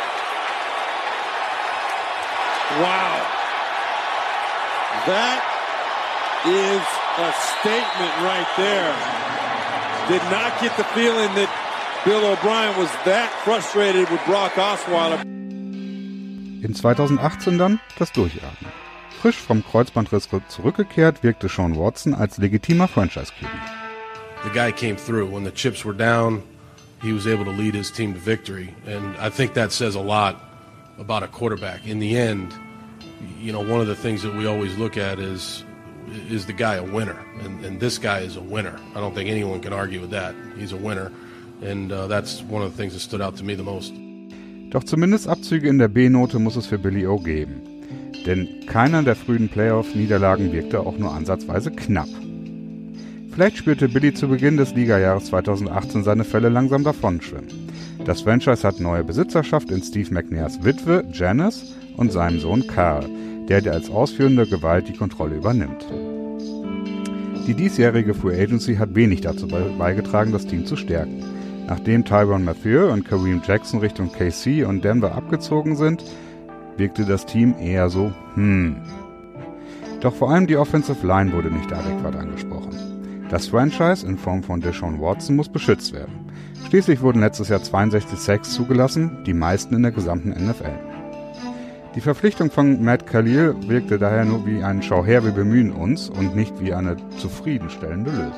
Wow. That is a statement right there. Did not get the feeling that Bill O'Brien was that frustrated with Brock Osweiler. In zweitausendachtzehn dann das Durchatmen. Frisch vom Kreuzbandriss zurückgekehrt, wirkte Sean Watson als legitimer Franchise-Q B. The guy came through. When the chips were down, he was able to lead his team to victory. And I think that says a lot about a quarterback. In the end, you know, one of the things that we always look at is, is the guy a winner? And, and this guy is a winner. I don't think anyone can argue with that. He's a winner. And uh, that's one of the things that stood out to me the most. Doch zumindest Abzüge in der B-Note muss es für Billy O geben. denn keiner der frühen Playoff-Niederlagen wirkte auch nur ansatzweise knapp. Vielleicht spürte Billy zu Beginn des Ligajahres zweitausendachtzehn seine Fälle langsam davonschwimmen. Das Franchise hat neue Besitzerschaft in Steve McNairs Witwe Janice und seinem Sohn Carl, der dir als ausführende Gewalt die Kontrolle übernimmt. Die diesjährige Free Agency hat wenig dazu beigetragen, das Team zu stärken. Nachdem Tyrann Mathieu und Kareem Jackson Richtung K C und Denver abgezogen sind, wirkte das Team eher so, hm. Doch vor allem die Offensive Line wurde nicht adäquat angesprochen. Das Franchise in Form von Deshaun Watson muss beschützt werden. Schließlich wurden letztes Jahr zweiundsechzig Sacks zugelassen, die meisten in der gesamten N F L. Die Verpflichtung von Matt Khalil wirkte daher nur wie ein Schau her, wir bemühen uns und nicht wie eine zufriedenstellende Lösung.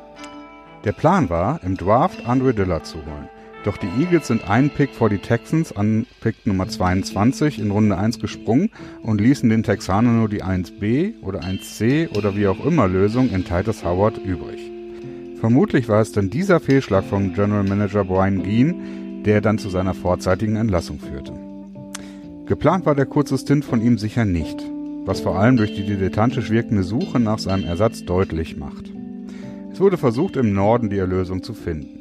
Der Plan war, im Draft Andre Dillard zu holen. Doch die Eagles sind einen Pick vor die Texans an Pick Nummer zweiundzwanzig in Runde eins gesprungen und ließen den Texanern nur die eins B oder eins C oder wie auch immer Lösung in Titus Howard übrig. Vermutlich war es dann dieser Fehlschlag von General Manager Brian Geen, der dann zu seiner vorzeitigen Entlassung führte. Geplant war der kurze Stint von ihm sicher nicht, was vor allem durch die dilettantisch wirkende Suche nach seinem Ersatz deutlich macht. Es wurde versucht, im Norden die Erlösung zu finden.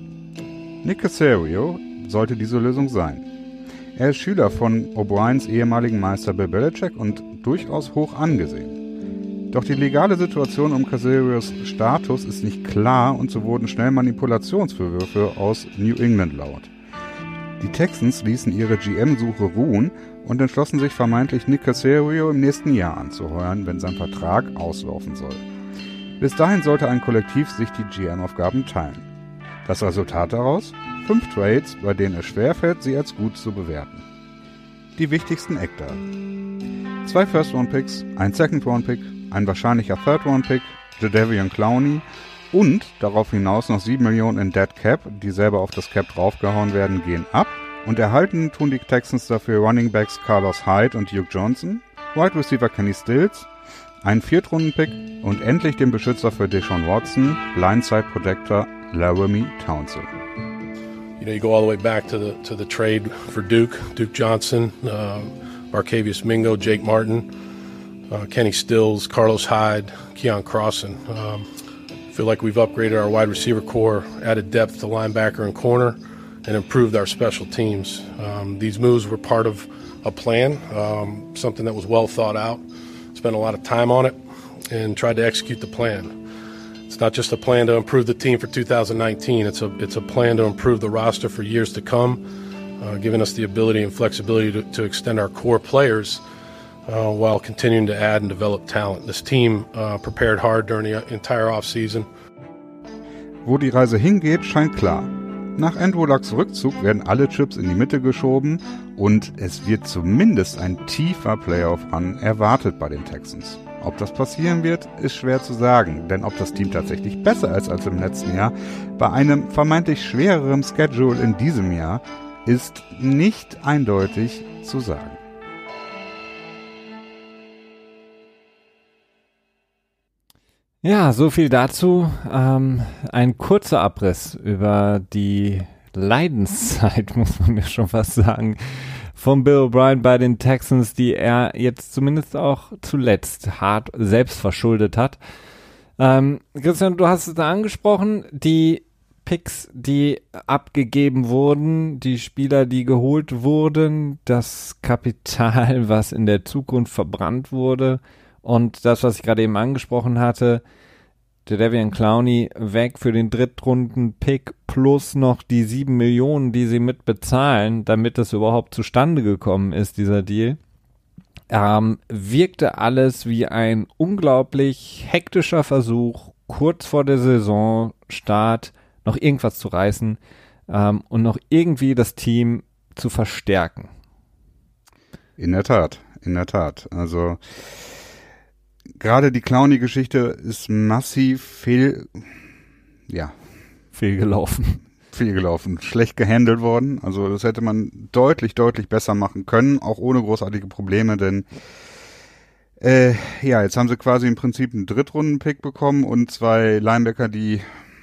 Nick Caserio sollte diese Lösung sein. Er ist Schüler von O'Briens ehemaligen Meister Bill Belichick und durchaus hoch angesehen. Doch die legale Situation um Caserios Status ist nicht klar und so wurden schnell Manipulationsvorwürfe aus New England laut. Die Texans ließen ihre G M-Suche ruhen und entschlossen sich vermeintlich Nick Caserio im nächsten Jahr anzuheuern, wenn sein Vertrag auslaufen soll. Bis dahin sollte ein Kollektiv sich die G M-Aufgaben teilen. Das Resultat daraus? Fünf Trades, bei denen es schwerfällt, sie als gut zu bewerten. Die wichtigsten Eckdaten. Zwei First-Round-Picks, ein Second-Round-Pick, ein wahrscheinlicher Third-Round-Pick, Jadeveon Clowney und darüber hinaus noch sieben Millionen in Dead Cap, die selber auf das Cap draufgehauen werden, gehen ab. Und erhalten tun die Texans dafür Running Backs Carlos Hyde und Duke Johnson, Wide Receiver Kenny Stills, einen Viertrunden-Pick und endlich den Beschützer für Deshaun Watson, Blindside Protector Laramie Townsend. You know, you go all the way back to the to the trade for Duke, Duke Johnson, uh, Barkevius Mingo, Jake Martin, uh, Kenny Stills, Carlos Hyde, Keon Crossan. Um, feel like we've upgraded our wide receiver core, added depth to linebacker and corner, and improved our special teams. Um, these moves were part of a plan, um, something that was well thought out. Spent a lot of time on it and tried to execute the plan. It's not just a plan to improve the team for two thousand nineteen. It's a it's a plan to improve the roster for years to come, uh, giving us the ability and flexibility to, to extend our core players uh, while continuing to add and develop talent. This team uh, prepared hard during the entire offseason. Wo die Reise hingeht, scheint klar. Nach Andrew Lucks Rückzug werden alle Chips in die Mitte geschoben und es wird zumindest ein tiefer Playoff-Run erwartet bei den Texans. Ob das passieren wird, ist schwer zu sagen, denn ob das Team tatsächlich besser ist als im letzten Jahr, bei einem vermeintlich schwereren Schedule in diesem Jahr, ist nicht eindeutig zu sagen. Ja, so viel dazu. Ähm, ein kurzer Abriss über die Leidenszeit, muss man mir schon fast sagen, von Bill O'Brien bei den Texans, die er jetzt zumindest auch zuletzt hart selbst verschuldet hat. Ähm, Christian, du hast es da angesprochen, die Picks, die abgegeben wurden, die Spieler, die geholt wurden, das Kapital, was in der Zukunft verbrannt wurde und das, was ich gerade eben angesprochen hatte, Jadeveon Clowney weg für den Drittrunden-Pick plus noch die sieben Millionen, die sie mit bezahlen, damit das überhaupt zustande gekommen ist, dieser Deal, ähm, wirkte alles wie ein unglaublich hektischer Versuch, kurz vor der Saisonstart noch irgendwas zu reißen ähm, und noch irgendwie das Team zu verstärken. In der Tat, in der Tat. Also gerade die Clowney-Geschichte ist massiv fehl, ja, fehlgelaufen. Fehlgelaufen, schlecht gehandelt worden. Also das hätte man deutlich, deutlich besser machen können, auch ohne großartige Probleme, denn äh, ja, jetzt haben sie quasi im Prinzip einen Drittrunden-Pick bekommen und zwei Linebacker, die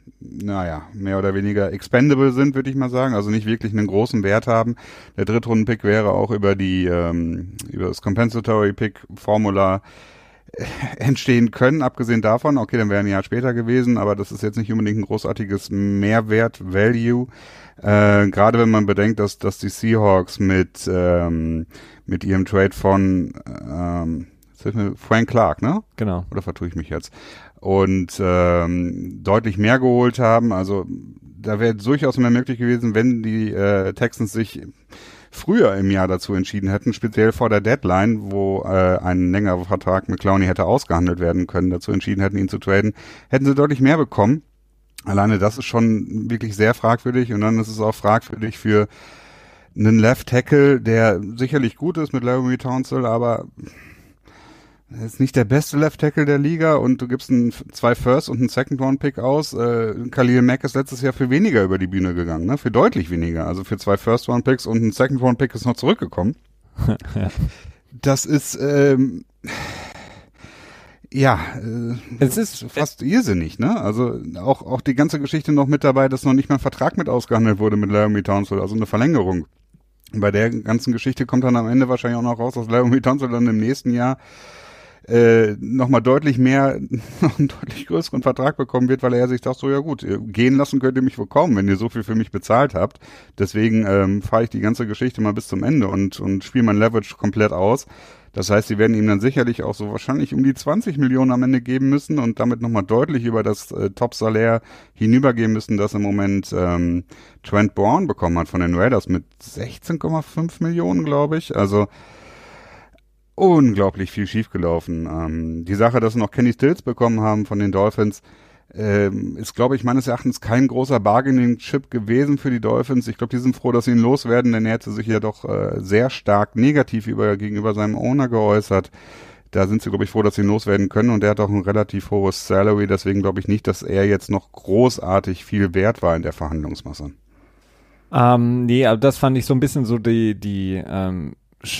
naja, mehr oder weniger expendable sind, würde ich mal sagen, also nicht wirklich einen großen Wert haben. Der Drittrunden-Pick wäre auch über die ähm, über das Compensatory-Pick-Formula entstehen können, abgesehen davon, okay, dann wäre ein Jahr später gewesen, aber das ist jetzt nicht unbedingt ein großartiges Mehrwert-Value, äh, gerade wenn man bedenkt, dass, dass die Seahawks mit ähm, mit ihrem Trade von ähm, Frank Clark, ne? Genau. Oder vertue ich mich jetzt? Und ähm, deutlich mehr geholt haben, also da wäre durchaus mehr möglich gewesen, wenn die äh, Texans sich früher im Jahr dazu entschieden hätten, speziell vor der Deadline, wo äh, ein längerer Vertrag mit Clowney hätte ausgehandelt werden können, dazu entschieden hätten, ihn zu traden, hätten sie deutlich mehr bekommen. Alleine das ist schon wirklich sehr fragwürdig und dann ist es auch fragwürdig für einen Left Tackle, der sicherlich gut ist mit Laremy Tunsil, aber er ist nicht der beste Left Tackle der Liga und du gibst einen, zwei First und einen Second Round Pick aus. Äh, Khalil Mack ist letztes Jahr für weniger über die Bühne gegangen, ne? Für deutlich weniger. Also für zwei First Round Picks und ein Second Round Pick ist noch zurückgekommen. Ja. Das ist ähm, ja, äh, es ist fast irrsinnig, ne? Also auch auch die ganze Geschichte noch mit dabei, dass noch nicht mal ein Vertrag mit ausgehandelt wurde mit Laremy Tunsil, also eine Verlängerung. Bei der ganzen Geschichte kommt dann am Ende wahrscheinlich auch noch raus, dass Laremy Tunsil dann im nächsten Jahr äh, nochmal deutlich mehr, noch einen deutlich größeren Vertrag bekommen wird, weil er sich sagt, so ja gut, gehen lassen könnt ihr mich wohl kaum, wenn ihr so viel für mich bezahlt habt. Deswegen ähm, fahre ich die ganze Geschichte mal bis zum Ende und und spiele mein Leverage komplett aus. Das heißt, sie werden ihm dann sicherlich auch so wahrscheinlich um die zwanzig Millionen am Ende geben müssen und damit nochmal deutlich über das äh, Top-Salär hinübergehen müssen, das im Moment ähm, Trent Bourne bekommen hat von den Raiders mit sechzehn Komma fünf Millionen, glaube ich. Also unglaublich viel schiefgelaufen. Ähm, die Sache, dass sie noch Kenny Stills bekommen haben von den Dolphins, ähm, ist, glaube ich, meines Erachtens kein großer Bargaining-Chip gewesen für die Dolphins. Ich glaube, die sind froh, dass sie ihn loswerden, denn er hätte sich ja doch äh, sehr stark negativ über, gegenüber seinem Owner geäußert. Da sind sie, glaube ich, froh, dass sie ihn loswerden können und der hat auch ein relativ hohes Salary, deswegen glaube ich nicht, dass er jetzt noch großartig viel wert war in der Verhandlungsmasse. Ähm, nee, aber das fand ich so ein bisschen so die, die, ähm,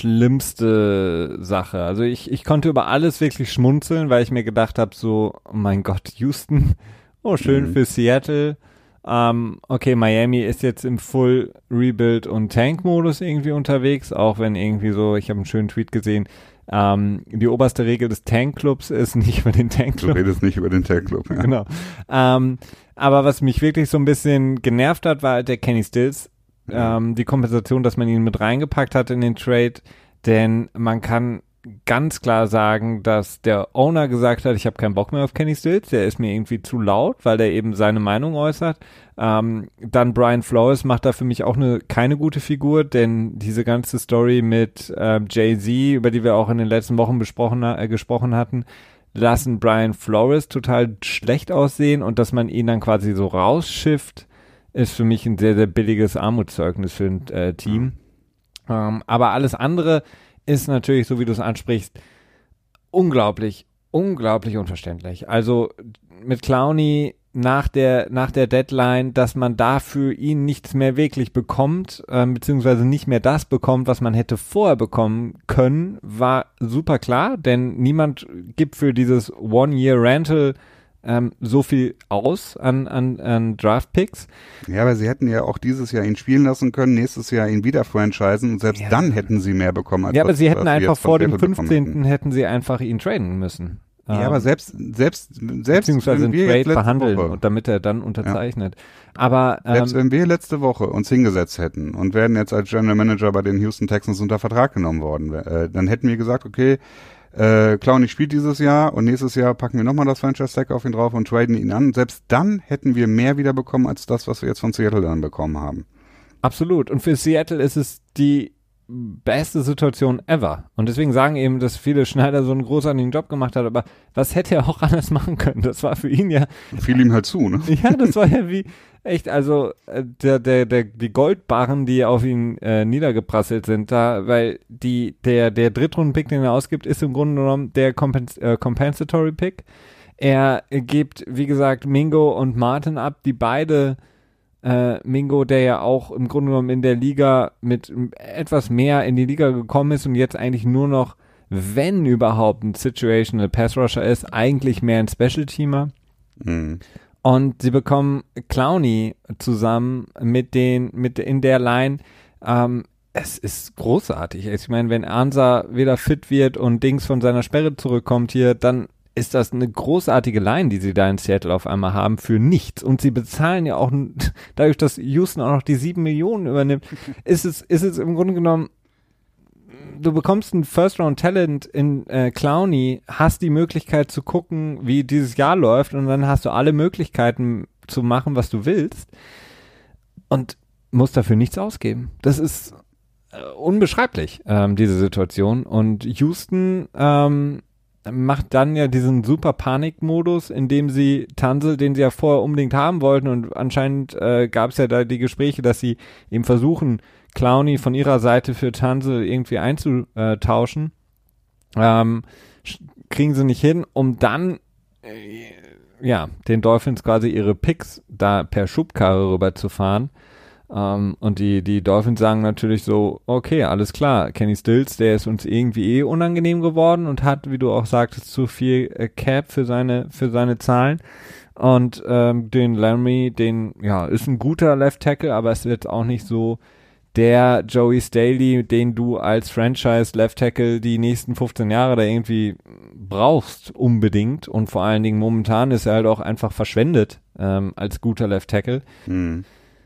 schlimmste Sache. Also ich, ich konnte über alles wirklich schmunzeln, weil ich mir gedacht habe, so, oh mein Gott, Houston, oh schön mhm. für Seattle. Ähm, okay, Miami ist jetzt im Full Rebuild und Tank-Modus irgendwie unterwegs, auch wenn irgendwie so, ich habe einen schönen Tweet gesehen, ähm, die oberste Regel des Tank-Clubs ist nicht über den Tank-Club. Du redest nicht über den Tank-Club, ja. Genau. Ähm, aber was mich wirklich so ein bisschen genervt hat, war halt der Kenny Stills. Ähm, die Kompensation, dass man ihn mit reingepackt hat in den Trade, denn man kann ganz klar sagen, dass der Owner gesagt hat, ich habe keinen Bock mehr auf Kenny Stills, der ist mir irgendwie zu laut, weil der eben seine Meinung äußert. Ähm, dann Brian Flores macht da für mich auch eine keine gute Figur, denn diese ganze Story mit äh, Jay-Z, über die wir auch in den letzten Wochen besprochen, äh, gesprochen hatten, lassen Brian Flores total schlecht aussehen und dass man ihn dann quasi so rausschifft, ist für mich ein sehr, sehr billiges Armutszeugnis für ein äh, Team. Ähm, aber alles andere ist natürlich, so wie du es ansprichst, unglaublich, unglaublich unverständlich. Also mit Clowney nach der, nach der Deadline, dass man dafür ihn nichts mehr wirklich bekommt, äh, beziehungsweise nicht mehr das bekommt, was man hätte vorher bekommen können, war super klar, denn niemand gibt für dieses One-Year-Rental Ähm, so viel aus an, an, an Draft-Picks. Ja, aber sie hätten ja auch dieses Jahr ihn spielen lassen können, nächstes Jahr ihn wieder franchisen und selbst ja. dann hätten sie mehr bekommen. Als ja, aber was, sie hätten einfach vor dem fünfzehnten hätten sie einfach ihn traden müssen. Ja, ähm, aber selbst, selbst, selbst beziehungsweise einen Trade verhandeln, Woche, und damit er dann unterzeichnet. Ja. Aber ähm, selbst wenn wir letzte Woche uns hingesetzt hätten und wären jetzt als General Manager bei den Houston Texans unter Vertrag genommen worden, äh, dann hätten wir gesagt, okay, Äh, Clowney spielt dieses Jahr und nächstes Jahr packen wir nochmal das Franchise-Tag auf ihn drauf und traden ihn an. Selbst dann hätten wir mehr wieder bekommen als das, was wir jetzt von Seattle dann bekommen haben. Absolut. Und für Seattle ist es die beste Situation ever. Und deswegen sagen eben, dass viele Schneider so einen großartigen Job gemacht hat, aber was hätte er auch anders machen können? Das war für ihn ja... Fiel ihm halt zu, ne? Ja, das war ja wie... Echt, also der, der, der, die Goldbarren, die auf ihn äh, niedergeprasselt sind, da, weil die, der, der Drittrunden-Pick, den er ausgibt, ist im Grunde genommen der Compens- äh, Compensatory-Pick. Er gibt, wie gesagt, Mingo und Martin ab, die beide, äh, Mingo, der ja auch im Grunde genommen in der Liga mit etwas mehr in die Liga gekommen ist und jetzt eigentlich nur noch, wenn überhaupt, ein Situational Pass-Rusher ist, eigentlich mehr ein Special-Teamer. Mhm. Und sie bekommen Clowney zusammen mit den, mit in der Line. Ähm, es ist großartig. Ich meine, wenn Ansah wieder fit wird und Dings von seiner Sperre zurückkommt hier, dann ist das eine großartige Line, die sie da in Seattle auf einmal haben, für nichts. Und sie bezahlen ja auch, dadurch, dass Houston auch noch die sieben Millionen übernimmt, ist es, ist es im Grunde genommen, du bekommst ein First-Round-Talent in äh, Clowney, hast die Möglichkeit zu gucken, wie dieses Jahr läuft, und dann hast du alle Möglichkeiten zu machen, was du willst, und musst dafür nichts ausgeben. Das ist äh, unbeschreiblich, ähm, diese Situation. Und Houston ähm, macht dann ja diesen super Panikmodus, in dem sie Tunsil, den sie ja vorher unbedingt haben wollten, und anscheinend äh, gab es ja da die Gespräche, dass sie eben versuchen, Clowney von ihrer Seite für Tunsil irgendwie einzutauschen, ähm, kriegen sie nicht hin, um dann äh, ja, den Dolphins quasi ihre Picks da per Schubkarre rüberzufahren. Um, und die, die Dolphins sagen natürlich so, okay, alles klar, Kenny Stills, der ist uns irgendwie eh unangenehm geworden und hat, wie du auch sagtest, zu viel äh, Cap für seine, für seine Zahlen. Und ähm, den Laramie, den, ja, ist ein guter Left Tackle, aber es wird auch nicht so der Joey Staley, den du als Franchise Left Tackle die nächsten fünfzehn Jahre da irgendwie brauchst unbedingt. Und vor allen Dingen momentan ist er halt auch einfach verschwendet ähm, als guter Left Tackle. Mhm.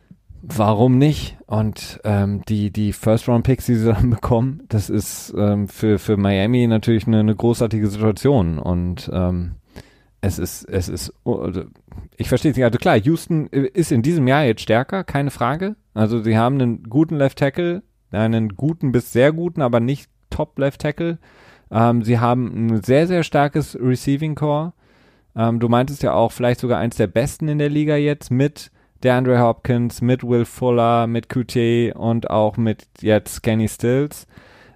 Warum nicht? Und ähm, die die First-Round-Picks, die sie dann bekommen, das ist ähm, für für Miami natürlich eine, eine großartige Situation. Und ähm, es ist es ist also ich verstehe es nicht. Also klar, Houston ist in diesem Jahr jetzt stärker, keine Frage. Also sie haben einen guten Left Tackle, einen guten bis sehr guten, aber nicht Top Left Tackle. Ähm, sie haben ein sehr sehr starkes Receiving Core. Ähm, du meintest ja auch vielleicht sogar eins der besten in der Liga jetzt mit DeAndre Hopkins, mit Will Fuller, mit Q T und auch mit jetzt Kenny Stills.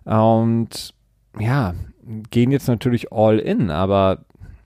Und ja, gehen jetzt natürlich all in, aber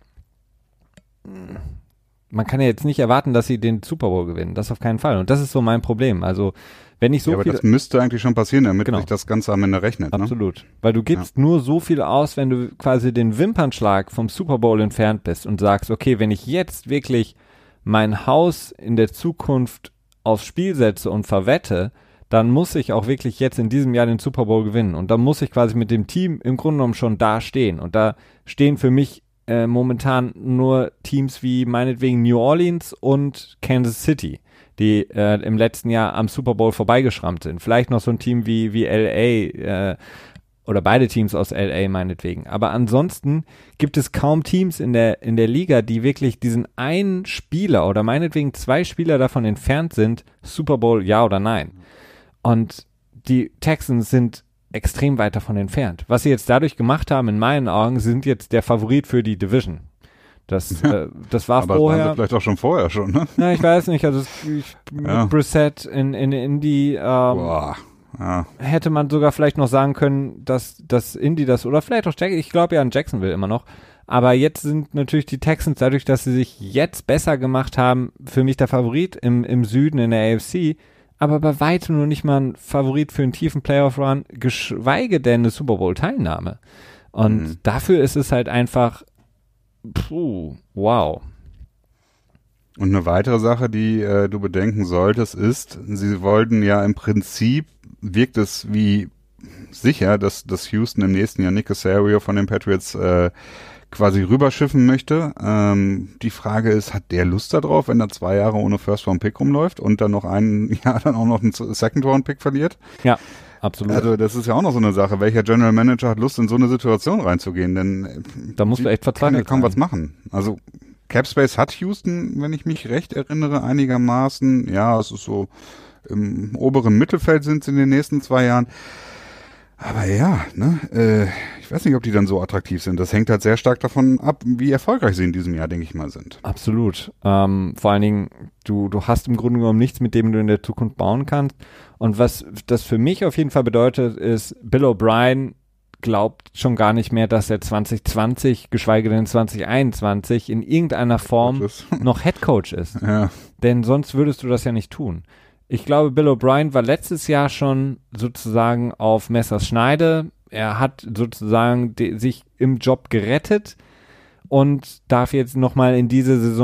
man kann ja jetzt nicht erwarten, dass sie den Super Bowl gewinnen. Das auf keinen Fall. Und das ist so mein Problem. Also, wenn ich so ja, aber viel... das müsste eigentlich schon passieren, damit genau. sich das Ganze am Ende rechnet. Absolut. Ne? Weil du gibst ja. nur so viel aus, wenn du quasi den Wimpernschlag vom Super Bowl entfernt bist und sagst, okay, wenn ich jetzt wirklich mein Haus in der Zukunft aufs Spiel setze und verwette, dann muss ich auch wirklich jetzt in diesem Jahr den Super Bowl gewinnen. Und dann muss ich quasi mit dem Team im Grunde genommen schon da stehen. Und da stehen für mich äh, momentan nur Teams wie meinetwegen New Orleans und Kansas City, die äh, im letzten Jahr am Super Bowl vorbeigeschrammt sind. Vielleicht noch so ein Team wie, wie L A, äh, oder beide Teams aus L A meinetwegen. Aber ansonsten gibt es kaum Teams in der in der Liga, die wirklich diesen einen Spieler oder meinetwegen zwei Spieler davon entfernt sind, Super Bowl ja oder nein. Und die Texans sind extrem weit davon entfernt. Was sie jetzt dadurch gemacht haben, in meinen Augen, sind jetzt der Favorit für die Division. Das, äh, das war aber vorher. Aber das vielleicht auch schon vorher schon, ne? Ja, ich weiß nicht. Also ich, ja. mit Brissett in in Indy. Ähm, Boah. Ja. Hätte man sogar vielleicht noch sagen können, dass, dass Indy das, oder vielleicht auch Jack, ich glaube ja an Jacksonville immer noch, aber jetzt sind natürlich die Texans, dadurch, dass sie sich jetzt besser gemacht haben, für mich der Favorit im, im Süden in der A F C, aber bei weitem nur nicht mal ein Favorit für einen tiefen Playoff-Run, geschweige denn eine Super Bowl-Teilnahme. Und mhm. dafür ist es halt einfach, puh, wow. Und eine weitere Sache, die äh, du bedenken solltest, ist, sie wollten ja im Prinzip, wirkt es wie sicher, dass, dass Houston im nächsten Jahr Nick Caserio von den Patriots äh, quasi rüberschiffen möchte. Ähm, die Frage ist, hat der Lust darauf, wenn er zwei Jahre ohne First-Round-Pick rumläuft und dann noch ein Jahr dann auch noch einen Second-Round-Pick verliert? Ja, absolut. Also das ist ja auch noch so eine Sache. Welcher General Manager hat Lust, in so eine Situation reinzugehen? Denn da musst du echt verzweifelt sein. Kann kaum was machen. Also Capspace hat Houston, wenn ich mich recht erinnere, einigermaßen. Ja, es ist so im oberen Mittelfeld sind sie in den nächsten zwei Jahren. Aber ja, ne, äh, ich weiß nicht, ob die dann so attraktiv sind. Das hängt halt sehr stark davon ab, wie erfolgreich sie in diesem Jahr, denke ich mal, sind. Absolut. Ähm, vor allen Dingen, du, du hast im Grunde genommen nichts, mit dem du in der Zukunft bauen kannst. Und was das für mich auf jeden Fall bedeutet, ist, Bill O'Brien glaubt schon gar nicht mehr, dass er zwanzig zwanzig, geschweige denn zwanzig einundzwanzig, in irgendeiner Form noch Headcoach ist. Ja. Denn sonst würdest du das ja nicht tun. Ich glaube, Bill O'Brien war letztes Jahr schon sozusagen auf Messers Schneide. Er hat sozusagen de- sich im Job gerettet und darf jetzt nochmal in diese Saison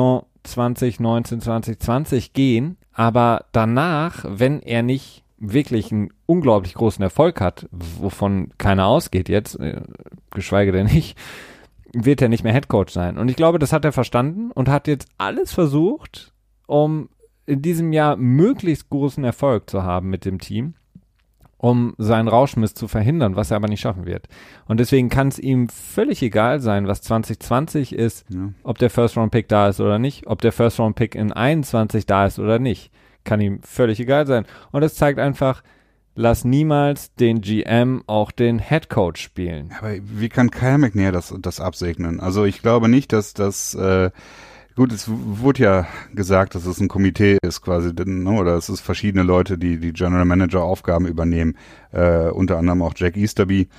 zwanzig neunzehn, zwanzig zwanzig gehen, aber danach, wenn er nicht wirklich einen unglaublich großen Erfolg hat, wovon keiner ausgeht jetzt, äh, geschweige denn ich, wird er nicht mehr Headcoach sein. Und ich glaube, das hat er verstanden und hat jetzt alles versucht, um in diesem Jahr möglichst großen Erfolg zu haben mit dem Team, um seinen Rauschmiss zu verhindern, was er aber nicht schaffen wird. Und deswegen kann es ihm völlig egal sein, was zwanzig zwanzig ist, ja. ob der First-Round-Pick da ist oder nicht, ob der First-Round-Pick in einundzwanzig da ist oder nicht. Kann ihm völlig egal sein. Und es zeigt einfach, lass niemals den G M auch den Headcoach spielen. Aber wie kann Kyle McNair das, das absegnen? Also ich glaube nicht, dass das, äh, gut, es wurde ja gesagt, dass es ein Komitee ist quasi, oder es ist verschiedene Leute, die die General Manager Aufgaben übernehmen, äh, unter anderem auch Jack Easterby.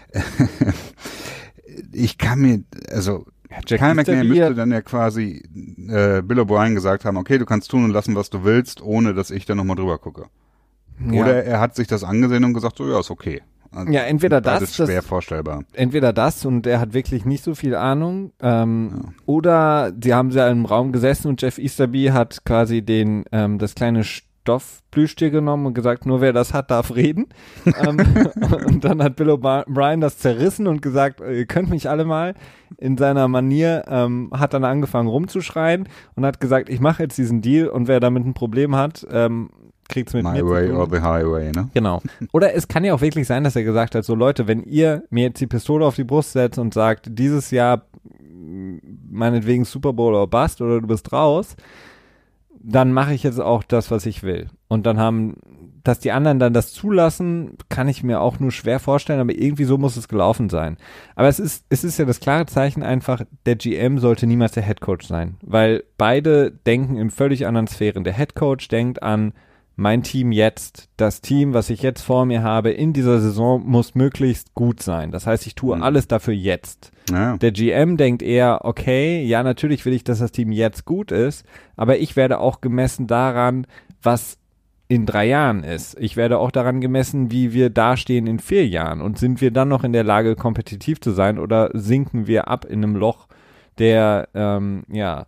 Ich kann mir, also Jack Kyle McNair müsste dann ja quasi äh, Bill O'Brien gesagt haben, okay, du kannst tun und lassen, was du willst, ohne dass ich da nochmal drüber gucke. Ja. Oder er hat sich das angesehen und gesagt, so ja, ist okay. Also, ja, entweder das, das ist schwer das, vorstellbar. Entweder das und er hat wirklich nicht so viel Ahnung, ähm, ja. oder sie haben ja im Raum gesessen und Jeff Easterby hat quasi den ähm, das kleine Stoffplüschtier genommen und gesagt, nur wer das hat, darf reden. ähm, und dann hat Bill O'Brien das zerrissen und gesagt, ihr könnt mich alle mal. In seiner Manier ähm, hat dann angefangen rumzuschreien und hat gesagt, ich mache jetzt diesen Deal und wer damit ein Problem hat, ähm, kriegt's mit My mir way or the highway, ne? Genau. Oder es kann ja auch wirklich sein, dass er gesagt hat, so Leute, wenn ihr mir jetzt die Pistole auf die Brust setzt und sagt, dieses Jahr meinetwegen Super Bowl or Bust oder du bist raus, dann mache ich jetzt auch das, was ich will. Und dann haben, dass die anderen dann das zulassen, kann ich mir auch nur schwer vorstellen, aber irgendwie so muss es gelaufen sein. Aber es ist, es ist ja das klare Zeichen einfach, der G M sollte niemals der Headcoach sein, weil beide denken in völlig anderen Sphären. Der Headcoach denkt an mein Team jetzt, das Team, was ich jetzt vor mir habe, in dieser Saison muss möglichst gut sein. Das heißt, ich tue mhm. alles dafür jetzt. Ja. Der G M denkt eher, okay, ja, natürlich will ich, dass das Team jetzt gut ist, aber ich werde auch gemessen daran, was in drei Jahren ist. Ich werde auch daran gemessen, wie wir dastehen in vier Jahren. Und sind wir dann noch in der Lage, kompetitiv zu sein oder sinken wir ab in einem Loch der, ähm, ja,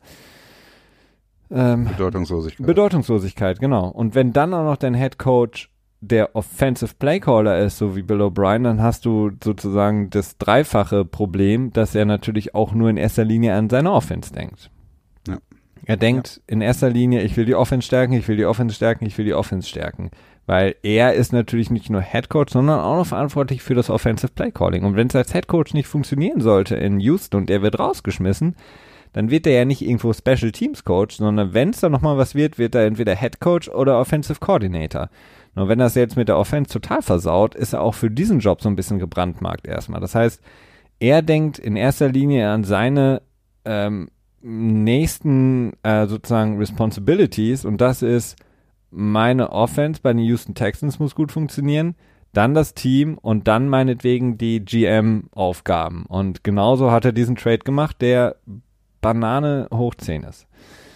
Ähm, Bedeutungslosigkeit. Bedeutungslosigkeit, genau. Und wenn dann auch noch dein Head Coach der Offensive Playcaller ist, so wie Bill O'Brien, dann hast du sozusagen das dreifache Problem, dass er natürlich auch nur in erster Linie an seine Offense denkt. Ja. Er denkt ja. in erster Linie, ich will die Offense stärken, ich will die Offense stärken, ich will die Offense stärken. Weil er ist natürlich nicht nur Head Coach, sondern auch noch verantwortlich für das Offensive Playcalling. Und wenn es als Head Coach nicht funktionieren sollte in Houston und er wird rausgeschmissen, dann wird er ja nicht irgendwo Special Teams Coach, sondern wenn es da nochmal was wird, wird er entweder Head Coach oder Offensive Coordinator. Nur wenn das jetzt mit der Offense total versaut, ist er auch für diesen Job so ein bisschen gebrandmarkt erstmal. Das heißt, er denkt in erster Linie an seine ähm, nächsten äh, sozusagen Responsibilities und das ist, meine Offense bei den Houston Texans muss gut funktionieren, dann das Team und dann meinetwegen die G M-Aufgaben. Und genauso hat er diesen Trade gemacht, der Banane hoch zehn ist.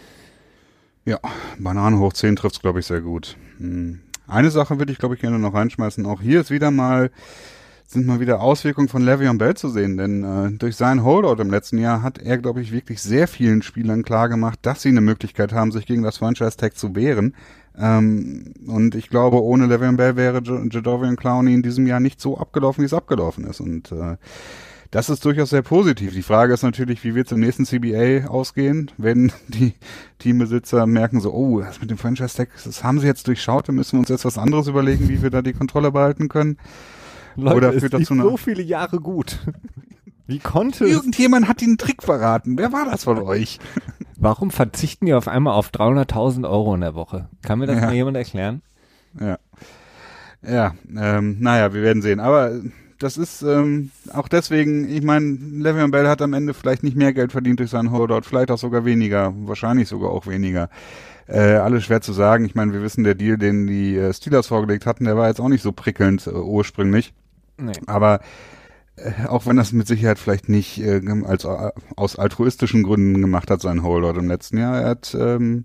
Ja, Banane hoch zehn trifft es, glaube ich, sehr gut. Hm. Eine Sache würde ich, glaube ich, gerne noch reinschmeißen. Auch hier ist wieder mal, sind mal wieder Auswirkungen von Le'Veon Bell zu sehen, denn äh, durch seinen Holdout im letzten Jahr hat er, glaube ich, wirklich sehr vielen Spielern klargemacht, dass sie eine Möglichkeit haben, sich gegen das Franchise-Tag zu wehren. Ähm, und ich glaube, ohne Le'Veon Bell wäre J- Jadeveon Clowney in diesem Jahr nicht so abgelaufen, wie es abgelaufen ist. Und äh, das ist durchaus sehr positiv. Die Frage ist natürlich, wie wird es im nächsten C B A ausgehen, wenn die Teambesitzer merken so, oh, das mit dem Franchise-Tag, das haben sie jetzt durchschaut, dann müssen wir uns jetzt was anderes überlegen, wie wir da die Kontrolle behalten können. Leute, Oder führt es lief so viele Jahre gut. Wie konnte Irgendjemand hat ihnen einen Trick verraten. Wer war das von euch? Warum verzichten die auf einmal auf dreihunderttausend Euro in der Woche? Kann mir das ja. mal jemand erklären? Ja. Ja, ähm, naja, wir werden sehen. Aber das ist ähm, auch deswegen, ich meine, Le'Veon Bell hat am Ende vielleicht nicht mehr Geld verdient durch seinen Holdout, vielleicht auch sogar weniger, wahrscheinlich sogar auch weniger. Äh, alles schwer zu sagen. Ich meine, wir wissen, der Deal, den die äh, Steelers vorgelegt hatten, der war jetzt auch nicht so prickelnd äh, ursprünglich. Nee. Aber äh, auch wenn das mit Sicherheit vielleicht nicht äh, als äh, aus altruistischen Gründen gemacht hat, seinen Holdout im letzten Jahr, er hat ähm,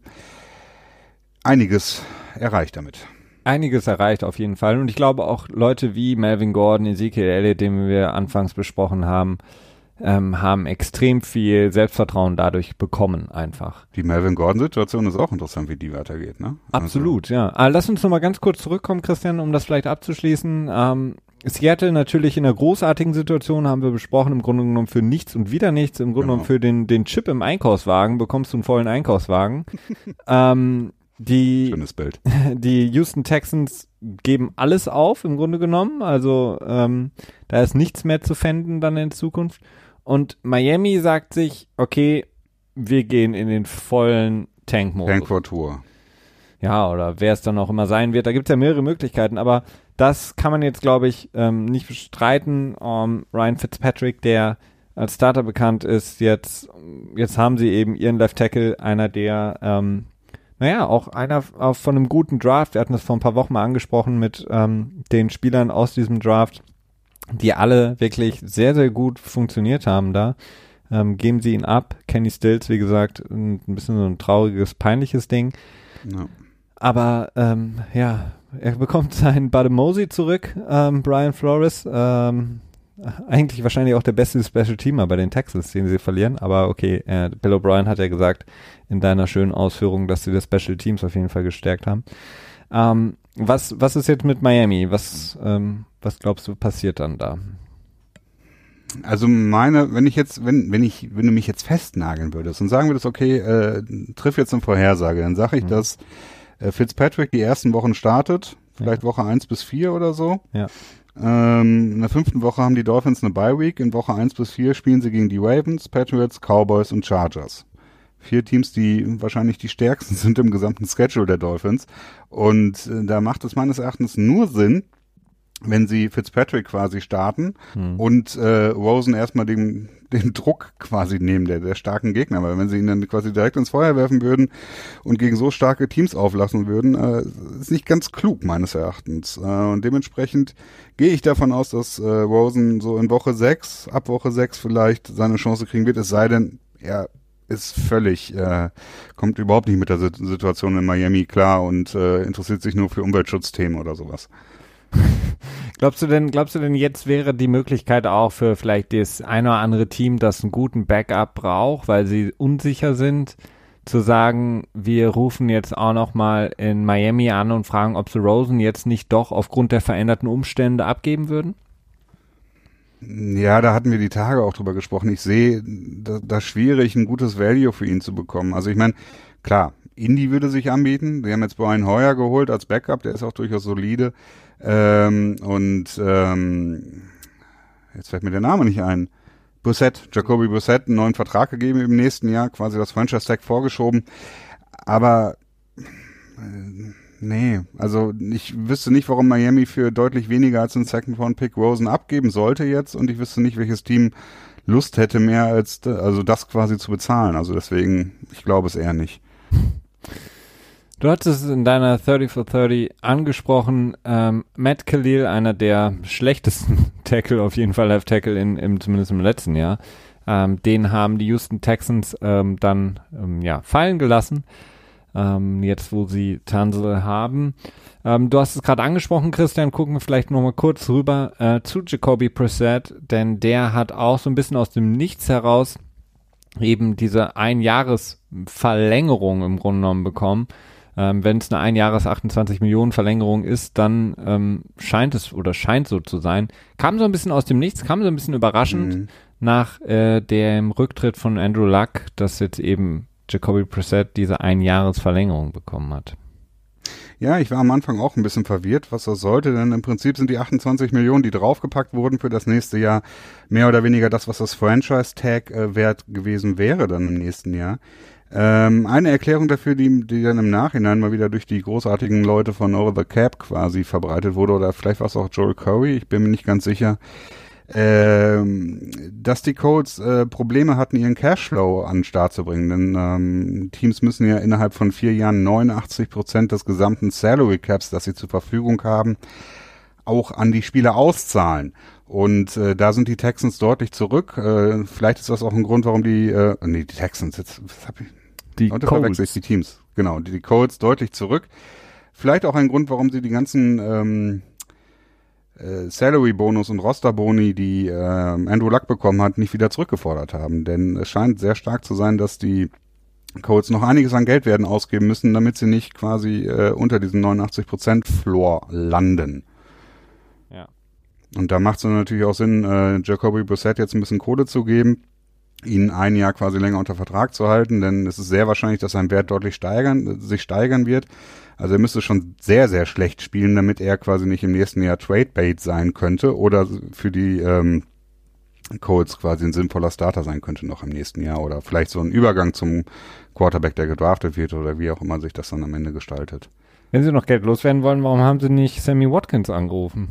einiges erreicht damit. Einiges erreicht auf jeden Fall und ich glaube auch Leute wie Melvin Gordon, Ezekiel Elliott, den wir anfangs besprochen haben, ähm, haben extrem viel Selbstvertrauen dadurch bekommen einfach. Die Melvin Gordon-Situation ist auch interessant, wie die weitergeht, ne? Absolut, also. ja. Aber lass uns nochmal ganz kurz zurückkommen, Christian, um das vielleicht abzuschließen. Ähm, Seattle natürlich in einer großartigen Situation, haben wir besprochen, im Grunde genommen für nichts und wieder nichts. Im Grunde genau. genommen für den, den Chip im Einkaufswagen bekommst du einen vollen Einkaufswagen. ähm, die, Schönes Bild. Die Houston Texans geben alles auf, im Grunde genommen. Also ähm, da ist nichts mehr zu fänden dann in Zukunft. Und Miami sagt sich, okay, wir gehen in den vollen Tank-Modus. Tank for Tour. Ja, oder wer es dann auch immer sein wird. Da gibt es ja mehrere Möglichkeiten, aber das kann man jetzt, glaube ich, ähm, nicht bestreiten. Um, Ryan Fitzpatrick, der als Starter bekannt ist, jetzt, jetzt haben sie eben ihren Left Tackle, einer der, ähm, naja, auch einer von einem guten Draft. Wir hatten das vor ein paar Wochen mal angesprochen mit ähm, den Spielern aus diesem Draft, die alle wirklich sehr, sehr gut funktioniert haben da. Ähm, geben sie ihn ab. Kenny Stills, wie gesagt, ein, ein bisschen so ein trauriges, peinliches Ding. Ja. Aber ähm, ja, er bekommt seinen Bademosi zurück, ähm, Brian Flores. Ähm, eigentlich wahrscheinlich auch der beste Special-Teamer bei den Texans, den sie verlieren. Aber okay, äh, Bill O'Brien hat ja gesagt in deiner schönen Ausführung, dass sie das Special Teams auf jeden Fall gestärkt haben. Ähm, was, was ist jetzt mit Miami? Was, ähm, was glaubst du passiert dann da? Also meine, wenn ich jetzt, wenn, wenn ich, wenn du mich jetzt festnageln würdest und sagen würdest, okay, äh, triff jetzt eine Vorhersage, dann sage ich, mhm. dass äh, Fitzpatrick die ersten Wochen startet, vielleicht ja. Woche eins bis vier oder so. Ja. Ähm, in der fünften Woche haben die Dolphins eine Bye Week, in Woche eins bis vier spielen sie gegen die Ravens, Patriots, Cowboys und Chargers. Vier Teams, die wahrscheinlich die stärksten sind im gesamten Schedule der Dolphins. Und äh, da macht es meines Erachtens nur Sinn, wenn sie Fitzpatrick quasi starten hm. und äh, Rosen erstmal den, den Druck quasi nehmen, der, der starken Gegner. Weil wenn sie ihn dann quasi direkt ins Feuer werfen würden und gegen so starke Teams auflassen würden, äh, ist nicht ganz klug meines Erachtens. Äh, und dementsprechend gehe ich davon aus, dass äh, Rosen so in Woche sechs, ab Woche sechs vielleicht seine Chance kriegen wird, es sei denn, er ist völlig, äh, kommt überhaupt nicht mit der Situation in Miami klar und äh, interessiert sich nur für Umweltschutzthemen oder sowas. Glaubst du denn, glaubst du denn, jetzt wäre die Möglichkeit auch für vielleicht das ein oder andere Team, das einen guten Backup braucht, weil sie unsicher sind, zu sagen, wir rufen jetzt auch noch mal in Miami an und fragen, ob sie Rosen jetzt nicht doch aufgrund der veränderten Umstände abgeben würden? Ja, da hatten wir die Tage auch drüber gesprochen. Ich sehe da, da schwierig, ein gutes Value für ihn zu bekommen. Also ich meine, klar, Indy würde sich anbieten. Wir haben jetzt Brian Hoyer geholt als Backup, der ist auch durchaus solide. Ähm, und ähm, jetzt fällt mir der Name nicht ein. Brissett, Jacoby Brissett, einen neuen Vertrag gegeben im nächsten Jahr, quasi das Franchise-Tag vorgeschoben. Aber äh, nee, also ich wüsste nicht, warum Miami für deutlich weniger als einen Second-Round-Pick Rosen abgeben sollte jetzt, und ich wüsste nicht, welches Team Lust hätte, mehr als also das quasi zu bezahlen. Also deswegen, ich glaube es eher nicht. Du hattest es in deiner thirty for thirty angesprochen, ähm, Matt Khalil, einer der schlechtesten Tackle, auf jeden Fall Left Tackle, in, im, zumindest im letzten Jahr, ähm, den haben die Houston Texans ähm, dann ähm, ja, fallen gelassen, ähm, jetzt wo sie Tunsil haben. Ähm, du hast es gerade angesprochen, Christian, gucken wir vielleicht nochmal kurz rüber äh, zu Jacoby Brissett, denn der hat auch so ein bisschen aus dem Nichts heraus eben diese Einjahresverlängerung im Grunde genommen bekommen. Ähm, wenn es eine Einjahres achtundzwanzig Millionen Verlängerung ist, dann ähm, scheint es oder scheint so zu sein. Kam so ein bisschen aus dem Nichts, kam so ein bisschen überraschend mhm. nach äh, dem Rücktritt von Andrew Luck, dass jetzt eben Jacoby Brissett diese Einjahresverlängerung bekommen hat. Ja, ich war am Anfang auch ein bisschen verwirrt, was das sollte, denn im Prinzip sind die achtundzwanzig Millionen, die draufgepackt wurden für das nächste Jahr, mehr oder weniger das, was das Franchise-Tag äh, wert gewesen wäre dann im nächsten Jahr. Ähm, eine Erklärung dafür, die, die dann im Nachhinein mal wieder durch die großartigen Leute von Over the Cap quasi verbreitet wurde, oder vielleicht war es auch Joel Corey, ich bin mir nicht ganz sicher, ähm, dass die Colts äh, Probleme hatten, ihren Cashflow an den Start zu bringen, denn ähm, Teams müssen ja innerhalb von vier Jahren neunundachtzig Prozent des gesamten Salary Caps, das sie zur Verfügung haben, auch an die Spieler auszahlen. Und äh, da sind die Texans deutlich zurück. Äh, vielleicht ist das auch ein Grund, warum die, äh, nee, die Texans, jetzt, was hab ich? Die Colts. Die Teams, genau, die, die Colts deutlich zurück. Vielleicht auch ein Grund, warum sie die ganzen ähm, äh, Salary-Bonus und Roster-Boni, die äh, Andrew Luck bekommen hat, nicht wieder zurückgefordert haben. Denn es scheint sehr stark zu sein, dass die Colts noch einiges an Geld werden ausgeben müssen, damit sie nicht quasi äh, unter diesem neunundachtzig Prozent Floor landen. Ja. Und da macht es dann natürlich auch Sinn, äh, Jacoby Brissett jetzt ein bisschen Kohle zu geben, ihn ein Jahr quasi länger unter Vertrag zu halten, denn es ist sehr wahrscheinlich, dass sein Wert deutlich steigern, sich steigern wird. Also er müsste schon sehr, sehr schlecht spielen, damit er quasi nicht im nächsten Jahr Trade-Bait sein könnte oder für die ähm, Colts quasi ein sinnvoller Starter sein könnte noch im nächsten Jahr oder vielleicht so ein Übergang zum Quarterback, der gedraftet wird oder wie auch immer sich das dann am Ende gestaltet. Wenn sie noch Geld loswerden wollen, warum haben sie nicht Sammy Watkins angerufen?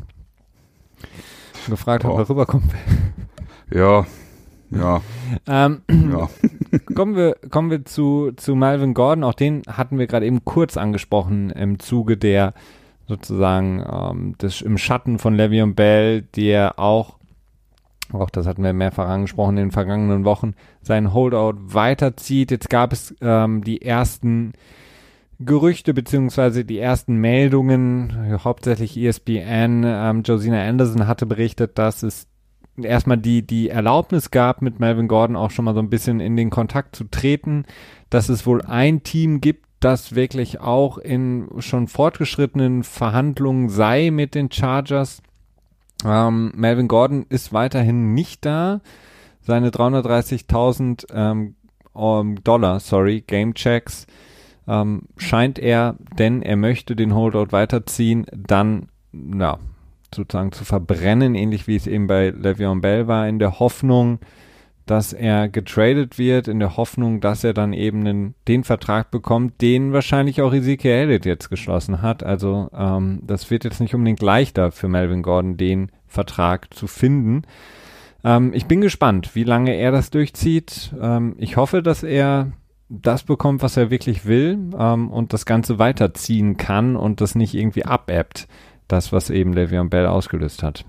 Und gefragt, ob Oh. er rüberkommt. Ja, ja, ähm, ja. kommen wir, kommen wir zu, zu Melvin Gordon. Auch den hatten wir gerade eben kurz angesprochen im Zuge der sozusagen ähm, des, im Schatten von Le'Veon Bell, der auch, auch das hatten wir mehrfach angesprochen in den vergangenen Wochen, seinen Holdout weiterzieht. Jetzt gab es ähm, die ersten Gerüchte beziehungsweise die ersten Meldungen, hauptsächlich E S P N. Ähm, Josina Anderson hatte berichtet, dass es erstmal die, die Erlaubnis gab, mit Melvin Gordon auch schon mal so ein bisschen in den Kontakt zu treten, dass es wohl ein Team gibt, das wirklich auch in schon fortgeschrittenen Verhandlungen sei mit den Chargers. Ähm, Melvin Gordon ist weiterhin nicht da. Seine dreihundertdreißigtausend ähm, um, Dollar, sorry, Gamechecks ähm, scheint er, denn er möchte den Holdout weiterziehen, dann, ja, sozusagen zu verbrennen, ähnlich wie es eben bei Le'Veon Bell war, in der Hoffnung, dass er getradet wird, in der Hoffnung, dass er dann eben den, den Vertrag bekommt, den wahrscheinlich auch Ezekiel Elliott jetzt geschlossen hat. Also ähm, das wird jetzt nicht unbedingt leichter für Melvin Gordon, den Vertrag zu finden. Ähm, ich bin gespannt, wie lange er das durchzieht. Ähm, ich hoffe, dass er das bekommt, was er wirklich will ähm, und das Ganze weiterziehen kann und das nicht irgendwie abebbt. Das, was eben Le'Veon Bell ausgelöst hat.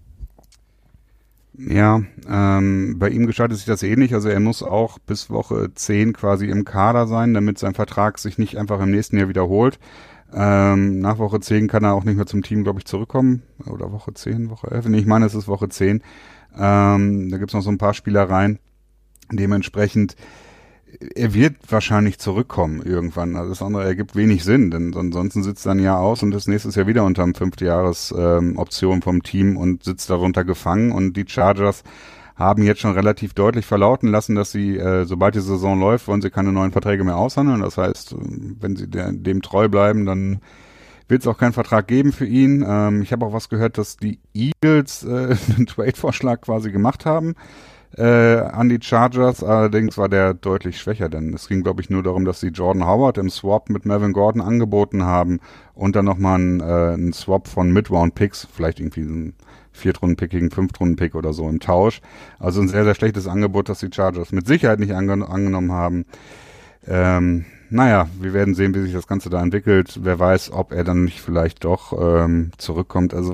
Ja, ähm, bei ihm gestaltet sich das ähnlich. Also er muss auch bis Woche zehn quasi im Kader sein, damit sein Vertrag sich nicht einfach im nächsten Jahr wiederholt. Ähm, nach Woche zehn kann er auch nicht mehr zum Team, glaube ich, zurückkommen. Oder Woche zehn, Woche elf. Nee, ich meine, es ist Woche zehn. Ähm, da gibt's noch so ein paar Spielereien. Dementsprechend, er wird wahrscheinlich zurückkommen irgendwann. Also das andere ergibt wenig Sinn, denn ansonsten sitzt er ein Jahr aus und ist nächstes Jahr wieder unter dem Fünftjahres-Option ähm, vom Team und sitzt darunter gefangen. Und die Chargers haben jetzt schon relativ deutlich verlauten lassen, dass sie, äh, sobald die Saison läuft, wollen sie keine neuen Verträge mehr aushandeln. Das heißt, wenn sie der, dem treu bleiben, dann wird es auch keinen Vertrag geben für ihn. Ähm, ich habe auch was gehört, dass die Eagles äh, einen Trade-Vorschlag quasi gemacht haben Äh, an die Chargers, allerdings war der deutlich schwächer, denn es ging, glaube ich, nur darum, dass sie Jordan Howard im Swap mit Melvin Gordon angeboten haben und dann nochmal einen, äh, einen Swap von Mid-Round-Picks, vielleicht irgendwie einen Viertrunden-Pick gegen Fünftrunden-Pick oder so im Tausch. Also ein sehr, sehr schlechtes Angebot, das die Chargers mit Sicherheit nicht ange- angenommen haben. Ähm, naja, wir werden sehen, wie sich das Ganze da entwickelt. Wer weiß, ob er dann nicht vielleicht doch ähm, zurückkommt. Also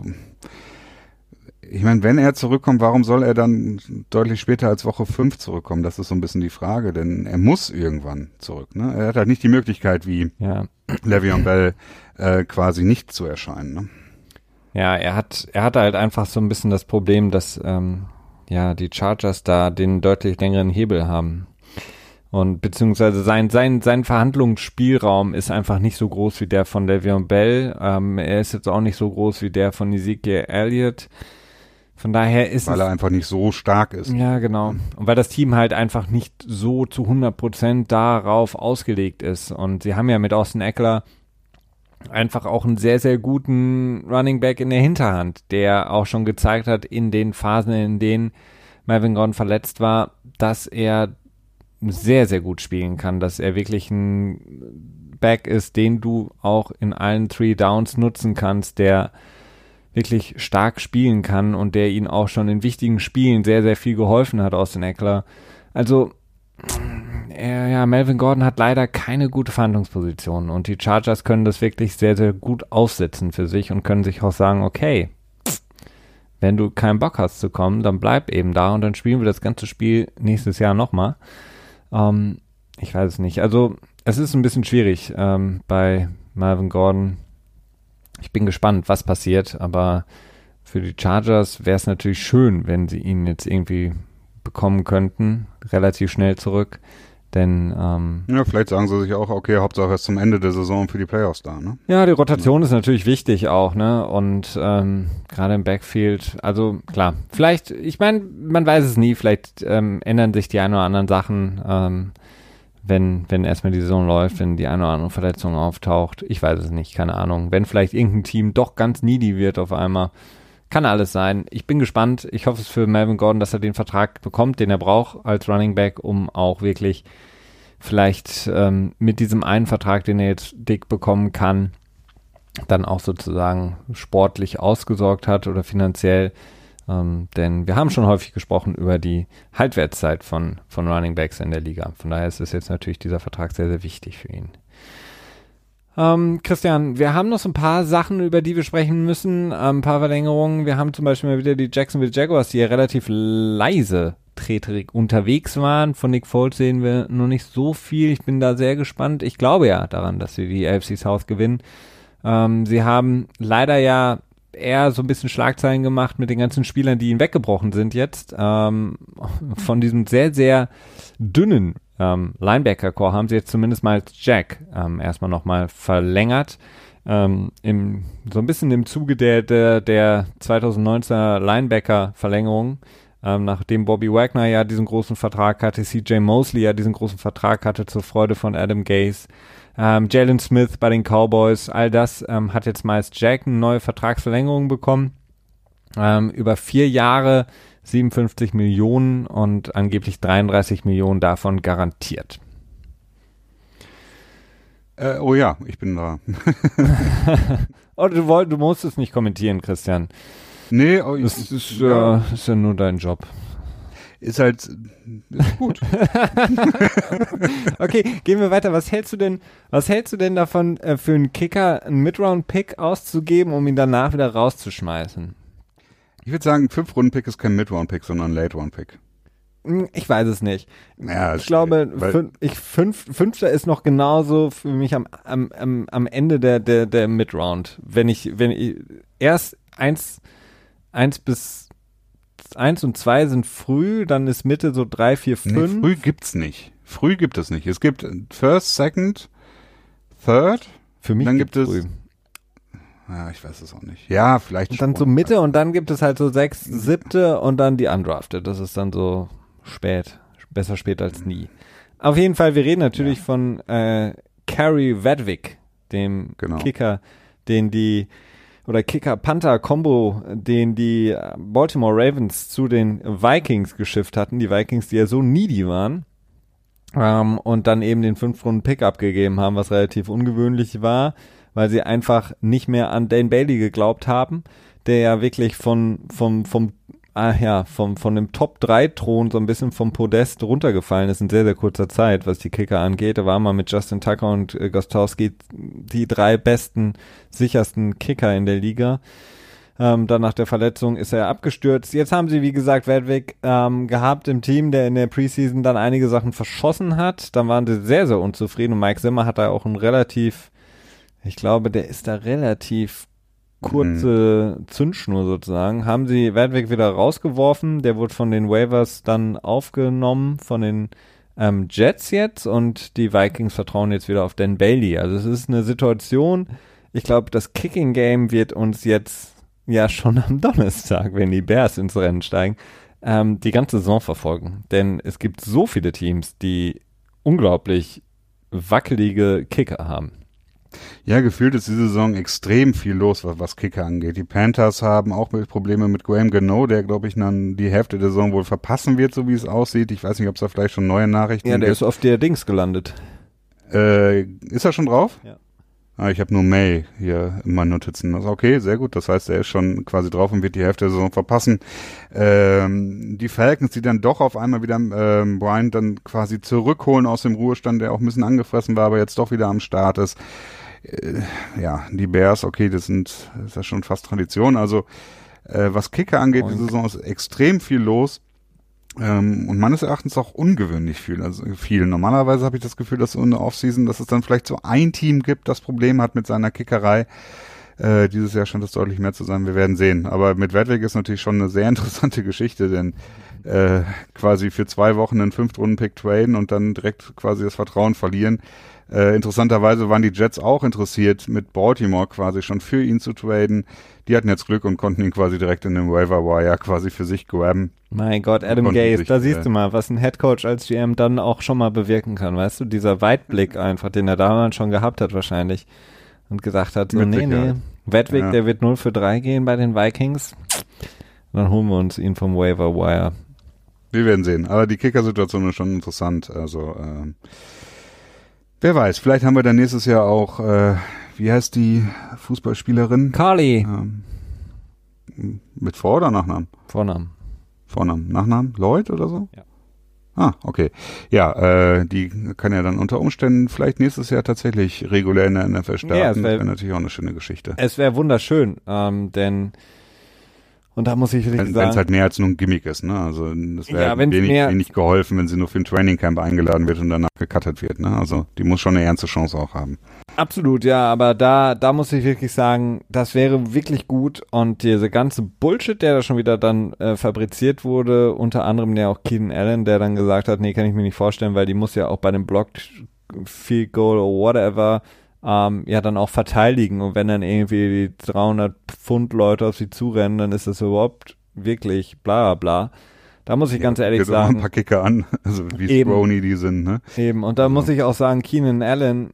ich meine, wenn er zurückkommt, warum soll er dann deutlich später als Woche fünf zurückkommen? Das ist so ein bisschen die Frage, denn er muss irgendwann zurück. Ne? Er hat halt nicht die Möglichkeit, wie Ja. Le'Veon Bell äh, quasi nicht zu erscheinen. Ne? Ja, er hat, er hatte halt einfach so ein bisschen das Problem, dass ähm, ja die Chargers da den deutlich längeren Hebel haben. Und beziehungsweise sein, sein, sein Verhandlungsspielraum ist einfach nicht so groß wie der von Le'Veon Bell. Ähm, er ist jetzt auch nicht so groß wie der von Ezekiel Elliott. Von daher ist Weil es... er einfach nicht so stark ist. Ja, genau. Und weil das Team halt einfach nicht so zu hundert Prozent darauf ausgelegt ist. Und sie haben ja mit Austin Eckler einfach auch einen sehr, sehr guten Running Back in der Hinterhand, der auch schon gezeigt hat in den Phasen, in denen Melvin Gordon verletzt war, dass er sehr, sehr gut spielen kann, dass er wirklich ein Back ist, den du auch in allen Three Downs nutzen kannst, der wirklich stark spielen kann und der ihn auch schon in wichtigen Spielen sehr, sehr viel geholfen hat, Austin Eckler. Also, äh, ja, Melvin Gordon hat leider keine gute Verhandlungsposition und die Chargers können das wirklich sehr, sehr gut aufsetzen für sich und können sich auch sagen, okay, wenn du keinen Bock hast zu kommen, dann bleib eben da und dann spielen wir das ganze Spiel nächstes Jahr nochmal. Ähm, ich weiß es nicht. Also, es ist ein bisschen schwierig ähm, bei Melvin Gordon. Ich bin gespannt, was passiert, aber für die Chargers wäre es natürlich schön, wenn sie ihn jetzt irgendwie bekommen könnten, relativ schnell zurück. Denn ähm, ja, vielleicht sagen sie sich auch, okay, Hauptsache ist zum Ende der Saison für die Playoffs da, ne? Ja, die Rotation ja. ist natürlich wichtig auch, ne? Und ähm, gerade im Backfield, also klar, vielleicht, ich meine, man weiß es nie, vielleicht ähm, ändern sich die ein oder anderen Sachen, ähm, wenn wenn erstmal die Saison läuft, wenn die eine oder andere Verletzung auftaucht. Ich weiß es nicht, keine Ahnung. Wenn vielleicht irgendein Team doch ganz needy wird auf einmal, kann alles sein. Ich bin gespannt. Ich hoffe es für Melvin Gordon, dass er den Vertrag bekommt, den er braucht als Running Back, um auch wirklich vielleicht ähm, mit diesem einen Vertrag, den er jetzt dick bekommen kann, dann auch sozusagen sportlich ausgesorgt hat oder finanziell. Ähm, denn wir haben schon häufig gesprochen über die Haltwertszeit von, von Running Backs in der Liga. Von daher ist es jetzt natürlich dieser Vertrag sehr, sehr wichtig für ihn. Ähm, Christian, wir haben noch so ein paar Sachen, über die wir sprechen müssen, ein paar Verlängerungen. Wir haben zum Beispiel mal wieder die Jacksonville Jaguars, die ja relativ leise treterig unterwegs waren. Von Nick Foles sehen wir noch nicht so viel. Ich bin da sehr gespannt. Ich glaube ja daran, dass sie die A F C South gewinnen. Ähm, sie haben leider ja eher so ein bisschen Schlagzeilen gemacht mit den ganzen Spielern, die ihnen weggebrochen sind jetzt. Ähm, von diesem sehr, sehr dünnen ähm, Linebacker-Core haben sie jetzt zumindest mal Jack ähm, erstmal nochmal verlängert. Ähm, im, so ein bisschen im Zuge der, der, der zwanzig neunzehner Linebacker-Verlängerung, ähm, nachdem Bobby Wagner ja diesen großen Vertrag hatte, C J Mosley ja diesen großen Vertrag hatte zur Freude von Adam Gase, ähm, Jalen Smith bei den Cowboys, all das ähm, hat jetzt meist Jack eine neue Vertragsverlängerung bekommen, ähm, über vier Jahre, siebenundfünfzig Millionen und angeblich dreiunddreißig Millionen davon garantiert. Äh, oh ja, ich bin da. Oh, du, wollt, du musst es nicht kommentieren, Christian. Nee, oh, das ist, ist, ja. Äh, ist ja nur dein Job. Ist halt ist gut. Okay, gehen wir weiter. Was hältst du denn, was hältst du denn davon, äh, für einen Kicker einen Mid-Round-Pick auszugeben, um ihn danach wieder rauszuschmeißen? Ich würde sagen, Fünf-Runden-Pick ist kein Mid-Round-Pick, sondern ein Late-Round-Pick. Ich weiß es nicht. Ja, ich glaube, fün- ich, fünf, Fünfter ist noch genauso für mich am, am, am, am Ende der, der, der Mid-Round. Wenn ich, wenn ich erst eins, eins bis eins und zwei sind früh, dann ist Mitte so drei, vier, fünf. Nee, früh gibt's nicht. Früh gibt es nicht. Es gibt First, Second, Third. Für mich dann gibt es früh. Ja, ich weiß es auch nicht. Ja, vielleicht und dann schon. so Mitte und dann gibt es halt so sechs, siebte und dann die Undrafted. Das ist dann so spät. Besser spät als nie. Auf jeden Fall, wir reden natürlich ja. von äh, Carey Wedwick, dem genau. Kicker, den die oder Kicker-Panther-Kombo, den die Baltimore Ravens zu den Vikings geschifft hatten. Die Vikings, die ja so needy waren. Ähm, und dann eben den Fünf-Runden-Pick abgegeben haben, was relativ ungewöhnlich war, weil sie einfach nicht mehr an Dane Bailey geglaubt haben, der ja wirklich von vom vom ah ja vom von dem Top drei Thron so ein bisschen vom Podest runtergefallen ist in sehr sehr kurzer Zeit, was die Kicker angeht. Da war man mit Justin Tucker und äh, Gostkowski die drei besten, sichersten Kicker in der Liga. Ähm, dann nach der Verletzung ist er abgestürzt. Jetzt haben sie, wie gesagt, Wedwick ähm, gehabt im Team, der in der Preseason dann einige Sachen verschossen hat. Dann waren sie sehr, sehr unzufrieden und Mike Zimmer hat da auch ein relativ Ich glaube, der ist da relativ kurze mhm. Zündschnur sozusagen. Haben sie Wedwick wieder rausgeworfen. Der wurde von den Waivers dann aufgenommen, von den ähm, Jets jetzt. Und die Vikings vertrauen jetzt wieder auf Dan Bailey. Also es ist eine Situation, ich glaube, das Kicking-Game wird uns jetzt ja schon am Donnerstag, wenn die Bears ins Rennen steigen, ähm, die ganze Saison verfolgen. Denn es gibt so viele Teams, die unglaublich wackelige Kicker haben. Ja, gefühlt ist diese Saison extrem viel los, was, was Kicker angeht. Die Panthers haben auch Probleme mit Graham Gano, der, glaube ich, dann die Hälfte der Saison wohl verpassen wird, so wie es aussieht. Ich weiß nicht, ob es da vielleicht schon neue Nachrichten gibt. Ja, der gibt. Ist auf der Dings gelandet. Äh, ist er schon drauf? Ja. Ah, ich habe nur May hier in meinen Notizen. Also okay, sehr gut. Das heißt, er ist schon quasi drauf und wird die Hälfte der Saison verpassen. Ähm, die Falcons, die dann doch auf einmal wieder ähm, Bryant dann quasi zurückholen aus dem Ruhestand, der auch ein bisschen angefressen war, aber jetzt doch wieder am Start ist. Äh, ja, die Bears, okay, das sind das ist ja schon fast Tradition. Also äh, was Kicker angeht, die Saison ist extrem viel los. Ähm, und meines Erachtens auch ungewöhnlich viel. Also viel. Normalerweise habe ich das Gefühl, dass so in der Offseason, dass es dann vielleicht so ein Team gibt, das Probleme hat mit seiner Kickerei. Äh, dieses Jahr scheint es deutlich mehr zu sein. Wir werden sehen. Aber mit Wedwick ist natürlich schon eine sehr interessante Geschichte, denn äh, quasi für zwei Wochen einen Fünftrunden-Pick traden und dann direkt quasi das Vertrauen verlieren. Äh, interessanterweise waren die Jets auch interessiert, mit Baltimore quasi schon für ihn zu traden. Die hatten jetzt Glück und konnten ihn quasi direkt in den Waiver Wire quasi für sich grabben. Mein Gott, Adam Gase, da siehst äh, du mal, was ein Headcoach als G M dann auch schon mal bewirken kann, weißt du? Dieser Weitblick einfach, den er damals schon gehabt hat wahrscheinlich und gesagt hat, so, nee, nee, Wedwick, ja. der wird null für drei gehen bei den Vikings. Dann holen wir uns ihn vom Waiver Wire. Wir werden sehen, aber die Kicker-Situation ist schon interessant, also ähm, wer weiß, vielleicht haben wir dann nächstes Jahr auch, äh, wie heißt die Fußballspielerin? Carly. Ähm, mit Vor- oder Nachnamen? Vornamen. Vornamen. Nachnamen? Lloyd oder so? Ja. Ah, okay. Ja, äh, die kann ja dann unter Umständen vielleicht nächstes Jahr tatsächlich regulär in der N F L starten. Ja, das wäre wär natürlich auch eine schöne Geschichte. Es wäre wunderschön, ähm, denn und da muss ich wirklich wenn, sagen... Wenn es halt mehr als nur ein Gimmick ist, ne? Also das wäre ja, wenig, mehr, wenig geholfen, wenn sie nur für ein Trainingcamp eingeladen wird und danach gecuttet wird, ne? Also die muss schon eine ernste Chance auch haben. Absolut, ja, aber da da muss ich wirklich sagen, das wäre wirklich gut und diese ganze Bullshit, der da schon wieder dann äh, fabriziert wurde, unter anderem ja auch Keenan Allen, der dann gesagt hat, nee, kann ich mir nicht vorstellen, weil die muss ja auch bei dem Blocked Field Goal oder whatever Ähm, ja dann auch verteidigen und wenn dann irgendwie die dreihundert Pfund Leute auf sie zurennen, dann ist das überhaupt wirklich bla bla bla. Da muss ich ja, ganz ehrlich sagen. Ein paar Kicker an, also wie scrawny die sind, ne? Eben, und da also. muss ich auch sagen, Keenan Allen,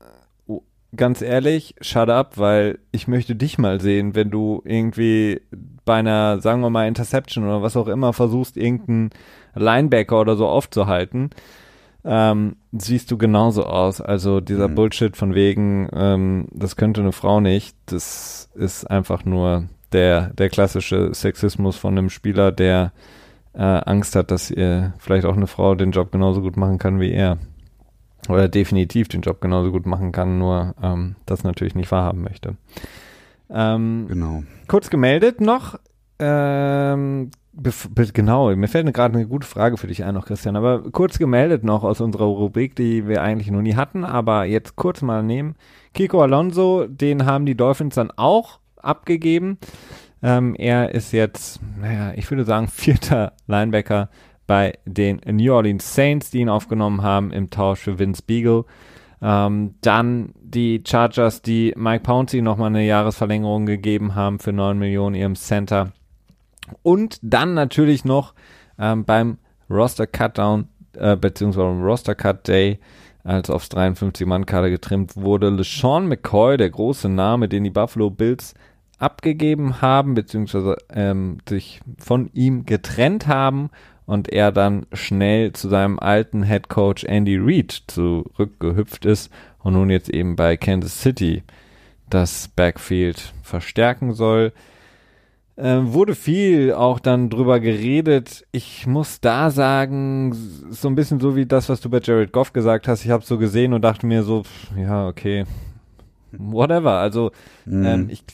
ganz ehrlich, shut up, weil ich möchte dich mal sehen, wenn du irgendwie bei einer, sagen wir mal, Interception oder was auch immer versuchst, irgendeinen Linebacker oder so aufzuhalten. Ähm, siehst du genauso aus. Also dieser mhm. Bullshit von wegen, ähm, das könnte eine Frau nicht, das ist einfach nur der, der klassische Sexismus von einem Spieler, der äh, Angst hat, dass ihr vielleicht auch eine Frau den Job genauso gut machen kann wie er. Oder definitiv den Job genauso gut machen kann, nur ähm, das natürlich nicht wahrhaben möchte. Ähm, genau. Kurz gemeldet noch, ähm, Bef- genau, mir fällt gerade eine gute Frage für dich ein noch, Christian, aber kurz gemeldet noch aus unserer Rubrik, die wir eigentlich noch nie hatten, aber jetzt kurz mal nehmen. Kiko Alonso, den haben die Dolphins dann auch abgegeben. Ähm, er ist jetzt, naja, ich würde sagen, vierter Linebacker bei den New Orleans Saints, die ihn aufgenommen haben im Tausch für Vince Beagle. Ähm, dann die Chargers, die Mike Pouncey nochmal eine Jahresverlängerung gegeben haben für neun Millionen ihrem Center. Und dann natürlich noch ähm, beim Roster Cutdown, äh, beziehungsweise beim Roster Cut Day, als aufs dreiundfünfzig-Mann-Kader getrimmt wurde, LeSean McCoy, der große Name, den die Buffalo Bills abgegeben haben, beziehungsweise ähm, sich von ihm getrennt haben und er dann schnell zu seinem alten Headcoach Andy Reid zurückgehüpft ist und nun jetzt eben bei Kansas City das Backfield verstärken soll. Äh, wurde viel auch dann drüber geredet. Ich muss da sagen, so ein bisschen so wie das, was du bei Jared Goff gesagt hast. Ich habe es so gesehen und dachte mir so, pff, ja, okay, whatever. Also, mhm. ähm, ich,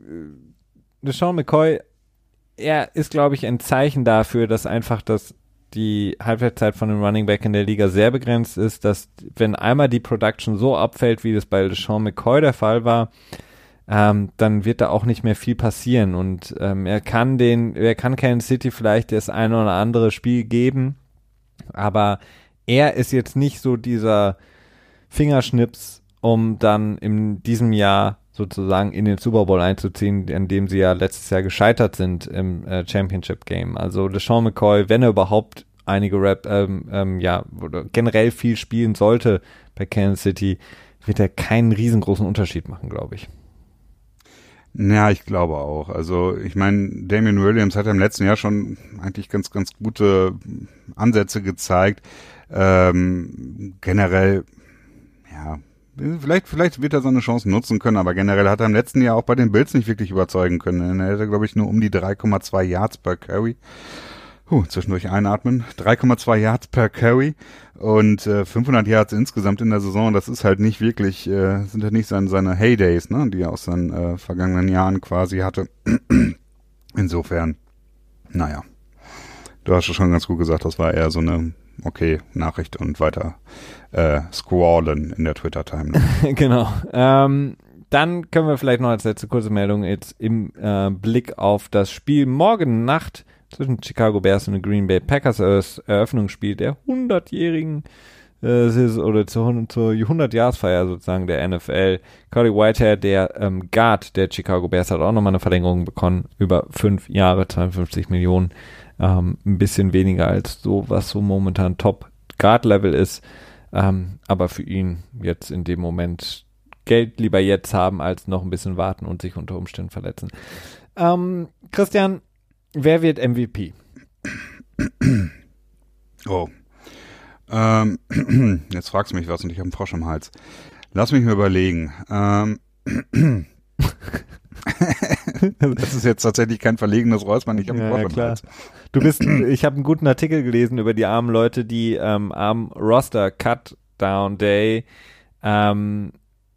äh, Sean McCoy, er ist, glaube ich, ein Zeichen dafür, dass einfach das die Halbwertszeit von einem Running Back in der Liga sehr begrenzt ist, dass wenn einmal die Production so abfällt, wie das bei Sean McCoy der Fall war, Ähm, dann wird da auch nicht mehr viel passieren und ähm, er kann den, er kann Kansas City vielleicht das eine oder andere Spiel geben, aber er ist jetzt nicht so dieser Fingerschnips, um dann in diesem Jahr sozusagen in den Super Bowl einzuziehen, in dem sie ja letztes Jahr gescheitert sind im äh, Championship Game. Also LeSean McCoy, wenn er überhaupt einige Rap, ähm, ähm, ja, oder generell viel spielen sollte bei Kansas City, wird er keinen riesengroßen Unterschied machen, glaube ich. Ja, ich glaube auch. Also ich meine, Damian Williams hat im letzten Jahr schon eigentlich ganz, ganz gute Ansätze gezeigt. Ähm, generell, ja, vielleicht, vielleicht wird er seine Chancen nutzen können, aber generell hat er im letzten Jahr auch bei den Bills nicht wirklich überzeugen können. Er hatte, glaube ich, nur um die drei Komma zwei Yards per Carry. Huh, zwischendurch einatmen. drei Komma zwei Yards per Carry und äh, fünfhundert Yards insgesamt in der Saison. Das ist halt nicht wirklich, äh, sind halt nicht seine, seine Heydays, ne, die er aus seinen äh, vergangenen Jahren quasi hatte. Insofern, naja, du hast schon ganz gut gesagt, das war eher so eine okay Nachricht und weiter äh, squallen in der Twitter-Timeline. Genau. Ähm, dann können wir vielleicht noch als letzte kurze Meldung jetzt im äh, Blick auf das Spiel morgen Nacht zwischen Chicago Bears und den Green Bay Packers, das Eröffnungsspiel der hundertjährigen äh, oder zur, zur hundert-Jahresfeier sozusagen der N F L. Cody Whitehair, der ähm, Guard der Chicago Bears, hat auch nochmal eine Verlängerung bekommen, über fünf Jahre, zweiundfünfzig Millionen, ähm, ein bisschen weniger als so, was so momentan Top-Guard-Level ist, ähm, aber für ihn jetzt in dem Moment Geld lieber jetzt haben, als noch ein bisschen warten und sich unter Umständen verletzen. Ähm, Christian, wer wird M V P? Oh. Ähm, jetzt fragst du mich was und ich habe einen Frosch im Hals. Lass mich mal überlegen. Ähm, das ist jetzt tatsächlich kein verlegenes Räuspern, ich habe einen Ja, Frosch im klar. Hals. Du bist, ich habe einen guten Artikel gelesen über die armen Leute, die ähm, am Roster Cut Down Day ähm,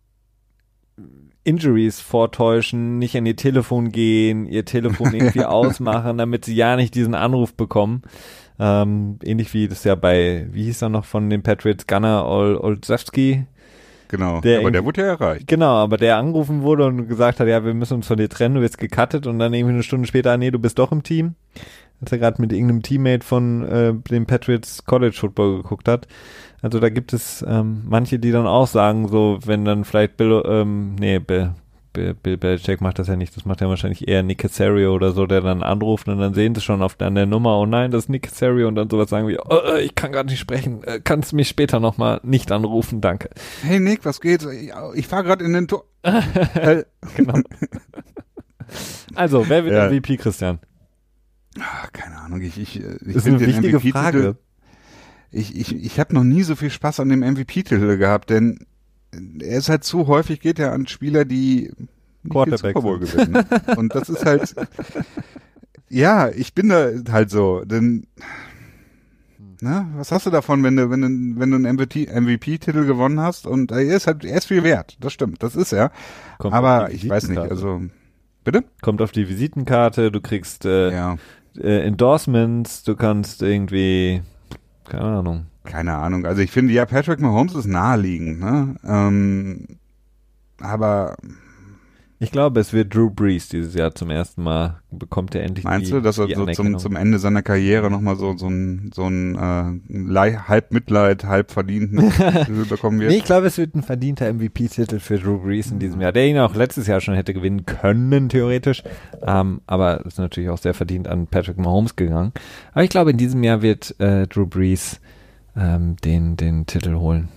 Injuries vortäuschen, nicht an ihr Telefon gehen, ihr Telefon irgendwie ausmachen, damit sie ja nicht diesen Anruf bekommen. Ähm, ähnlich wie das ja bei, wie hieß er noch von den Patriots, Gunnar Ol- Olszewski. Genau, Der aber der irgendwie- wurde ja erreicht. Genau, aber der angerufen wurde und gesagt hat, ja, wir müssen uns von dir trennen, du wirst gecuttet und dann irgendwie eine Stunde später, ah, nee, du bist doch im Team. Als er gerade mit irgendeinem Teammate von äh, dem Patriots College Football geguckt hat. Also da gibt es ähm, manche, die dann auch sagen, so, wenn dann vielleicht Bill, ähm, nee, Bill, Bill, Bill Belichick macht das ja nicht, das macht ja wahrscheinlich eher Nick Caserio oder so, der dann anruft und dann sehen sie schon auf an der Nummer, oh nein, das ist Nick Caserio und dann sowas sagen wie, oh, ich kann gerade nicht sprechen, äh, kannst du mich später nochmal nicht anrufen, danke. Hey Nick, was geht? Ich, ich fahre gerade in den Tor. äh, Genau. Also, wer wird Ja. M V P, Christian? ah, keine Ahnung, ich, ich, ich Das ist find eine den wichtige M V P-Titel Frage. Ich, ich, ich habe noch nie so viel Spaß an dem M V P-Titel gehabt, denn er ist halt zu häufig, geht er an Spieler, die nicht den Quarterback Super Bowl sind. gewinnen. Und das ist halt, ja, ich bin da halt so, denn, na, was hast du davon, wenn du, wenn du, wenn du einen M V P-Titel gewonnen hast und er ist halt, er ist viel wert, das stimmt, das ist er. Kommt auf Aber die ich weiß nicht, Visitenkarte. also, bitte? Kommt auf die Visitenkarte, du kriegst äh, Ja, äh, Endorsements, du kannst irgendwie, keine Ahnung. keine Ahnung. Also ich finde, ja, Patrick Mahomes ist naheliegend, ne? Ähm, aber Ich glaube, es wird Drew Brees dieses Jahr zum ersten Mal, bekommt er endlich meinst die, du, dass er die so zum, Anerkennung. zum Ende seiner Karriere nochmal so, so ein, so ein äh, Lei- halb Mitleid, halb verdienten Titel bekommen wird? Nee, ich glaube, es wird ein verdienter M V P-Titel für Drew Brees in diesem Jahr, der ihn auch letztes Jahr schon hätte gewinnen können, theoretisch. Ähm, aber ist natürlich auch sehr verdient an Patrick Mahomes gegangen. Aber ich glaube, in diesem Jahr wird äh, Drew Brees ähm, den, den Titel holen.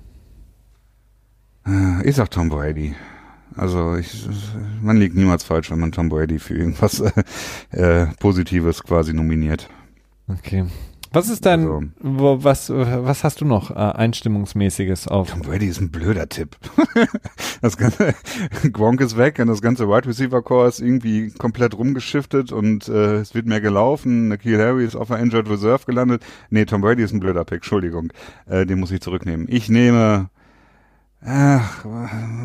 Äh, Ich sag Tom Brady. Also ich, man liegt niemals falsch, wenn man Tom Brady für irgendwas äh, äh, Positives quasi nominiert. Okay. Was ist dein, Also- wo, was, was hast du noch äh, Einstimmungsmäßiges auf? Tom Brady ist ein blöder Tipp. Das ganze Gronk ist weg und das ganze Wide Receiver Core ist irgendwie komplett rumgeschiftet und äh, es wird mehr gelaufen. N'Keal Harry ist auf der Injured Reserve gelandet. Nee, Tom Brady ist ein blöder Pick, Entschuldigung. Äh, den muss ich zurücknehmen. Ich nehme ach, äh,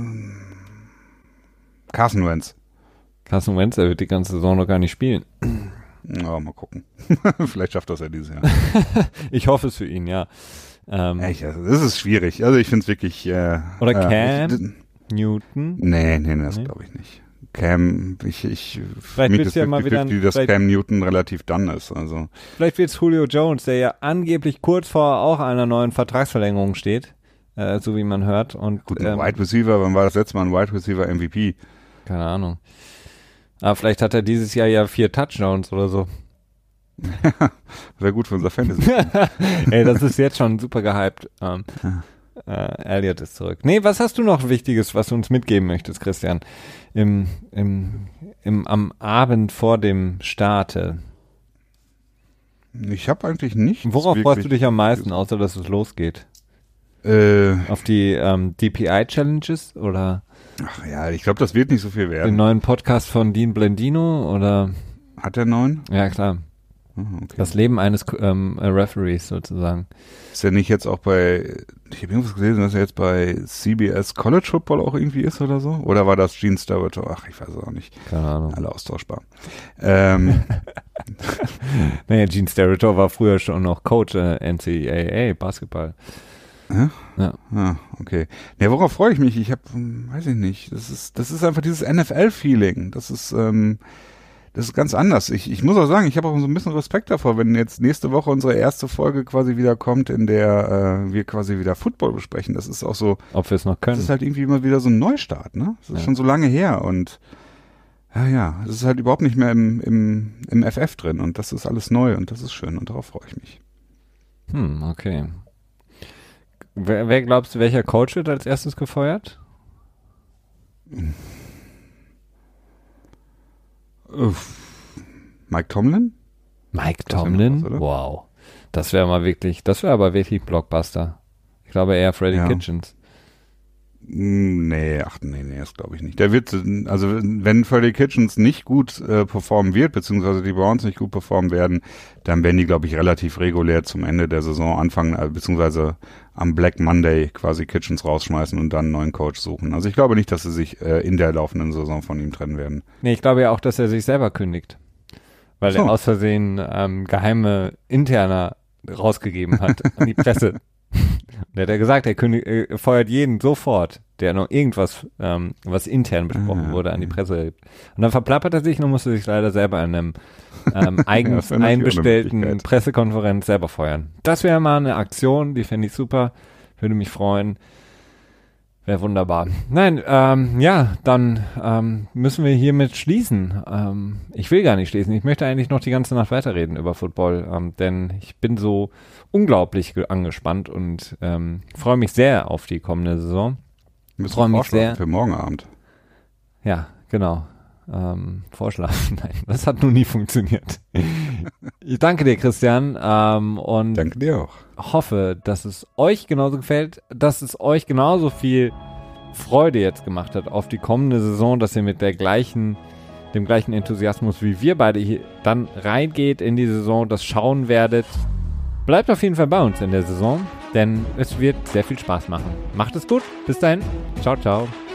Carson Wentz. Carson Wentz, er wird die ganze Saison noch gar nicht spielen. Ja, mal gucken. Vielleicht schafft das ja dieses Jahr. Ich hoffe es für ihn, ja. Ähm, Echt, also das ist schwierig. Also ich finde es wirklich äh, Oder äh, Cam ich, Newton. Nee, nee, nee, das Nee? glaube ich nicht. Cam, ich, ich, Vielleicht für mich wird's ist ja mal wieder ein- fünfzig, dass vielleicht- Cam Newton relativ done ist, also. Vielleicht wird es Julio Jones, der ja angeblich kurz vor auch einer neuen Vertragsverlängerung steht, äh, so wie man hört. Und Gut, ein ähm, Wide Receiver, wann war das letzte Mal ein Wide Receiver M V P? keine Ahnung. Aber vielleicht hat er dieses Jahr ja vier Touchdowns oder so. Wäre gut für unser Fantasy. Ey, das ist jetzt schon super gehypt. Ähm, äh, Elliot ist zurück. Nee, was hast du noch Wichtiges, was du uns mitgeben möchtest, Christian? Im, im, im, am Abend vor dem Starte. Ich habe eigentlich nichts. Worauf wirklich, freust du dich am meisten, außer dass es losgeht? Äh, Auf die ähm, D P I-Challenges oder ach ja, ich glaube, das wird nicht so viel den werden. neuen Podcast von Dean Blendino oder, Hat er neun? ja klar, Oh, okay. das Leben eines ähm, äh, Referees sozusagen. Ist er nicht jetzt auch bei, ich habe irgendwas gelesen, dass er jetzt bei C B S College Football auch irgendwie ist oder so? Oder war das Gene Steratore? Ach, ich weiß es auch nicht. Keine Ahnung. Alle austauschbar. Ähm, Naja, Gene Steratore war früher schon noch Coach äh, N C A A Basketball. Ja? Ja. Ah, okay. Ja, worauf freue ich mich? Ich habe, weiß ich nicht. Das ist, das ist einfach dieses N F L-Feeling. Das ist, ähm, das ist ganz anders. Ich, ich muss auch sagen, ich habe auch so ein bisschen Respekt davor, wenn jetzt nächste Woche unsere erste Folge quasi wieder kommt, in der äh, wir quasi wieder Football besprechen. Das ist auch so. Ob wir es noch können. Das ist halt irgendwie immer wieder so ein Neustart, ne? Das ist ja. schon so lange her und ja, ja, es ist halt überhaupt nicht mehr im, im, im F F drin und das ist alles neu und das ist schön und darauf freue ich mich. Hm, okay. Wer, wer glaubst du, welcher Coach wird als erstes gefeuert? Uff. Mike Tomlin? Mike Tomlin? Was, wow. Das wäre mal wirklich, das wäre aber wirklich Blockbuster. Ich glaube eher Freddie ja. Kitchens. Nee, ach nee, nee, das glaube ich nicht. Der wird, also wenn Freddie Kitchens nicht gut äh, performen wird, beziehungsweise die Browns nicht gut performen werden, dann werden die, glaube ich, relativ regulär zum Ende der Saison anfangen, äh, beziehungsweise am Black Monday quasi Kitchens rausschmeißen und dann einen neuen Coach suchen. Also ich glaube nicht, dass sie sich äh, in der laufenden Saison von ihm trennen werden. Nee, ich glaube ja auch, dass er sich selber kündigt. Weil so. er aus Versehen ähm, geheime Interner rausgegeben hat an die Presse. Der hat ja gesagt, er kündigt, äh, feuert jeden sofort, der noch irgendwas, ähm, was intern besprochen ah, wurde, an die Presse gibt. Und dann verplappert er sich und musste sich leider selber an einem ähm, eigens ja, einbestellten Pressekonferenz selber feuern. Das wäre mal eine Aktion, die fände ich super, würde mich freuen. Wäre wunderbar. Nein, ähm, ja, dann ähm, müssen wir hiermit schließen. Ähm, ich will gar nicht schließen. Ich möchte eigentlich noch die ganze Nacht weiterreden über Football, ähm, denn ich bin so unglaublich ge- angespannt und ähm, freue mich sehr auf die kommende Saison. Müssen freue wir mich sehr. Für morgen Abend. Ja, genau. Ähm, vorschlafen. Nein, das hat nur nie funktioniert. Ich danke dir, Christian, ähm, und danke dir auch. Hoffe, dass es euch genauso gefällt, dass es euch genauso viel Freude jetzt gemacht hat auf die kommende Saison, dass ihr mit der gleichen, dem gleichen Enthusiasmus wie wir beide hier dann reingeht in die Saison, das schauen werdet. Bleibt auf jeden Fall bei uns in der Saison, denn es wird sehr viel Spaß machen. Macht es gut. Bis dahin. Ciao, ciao.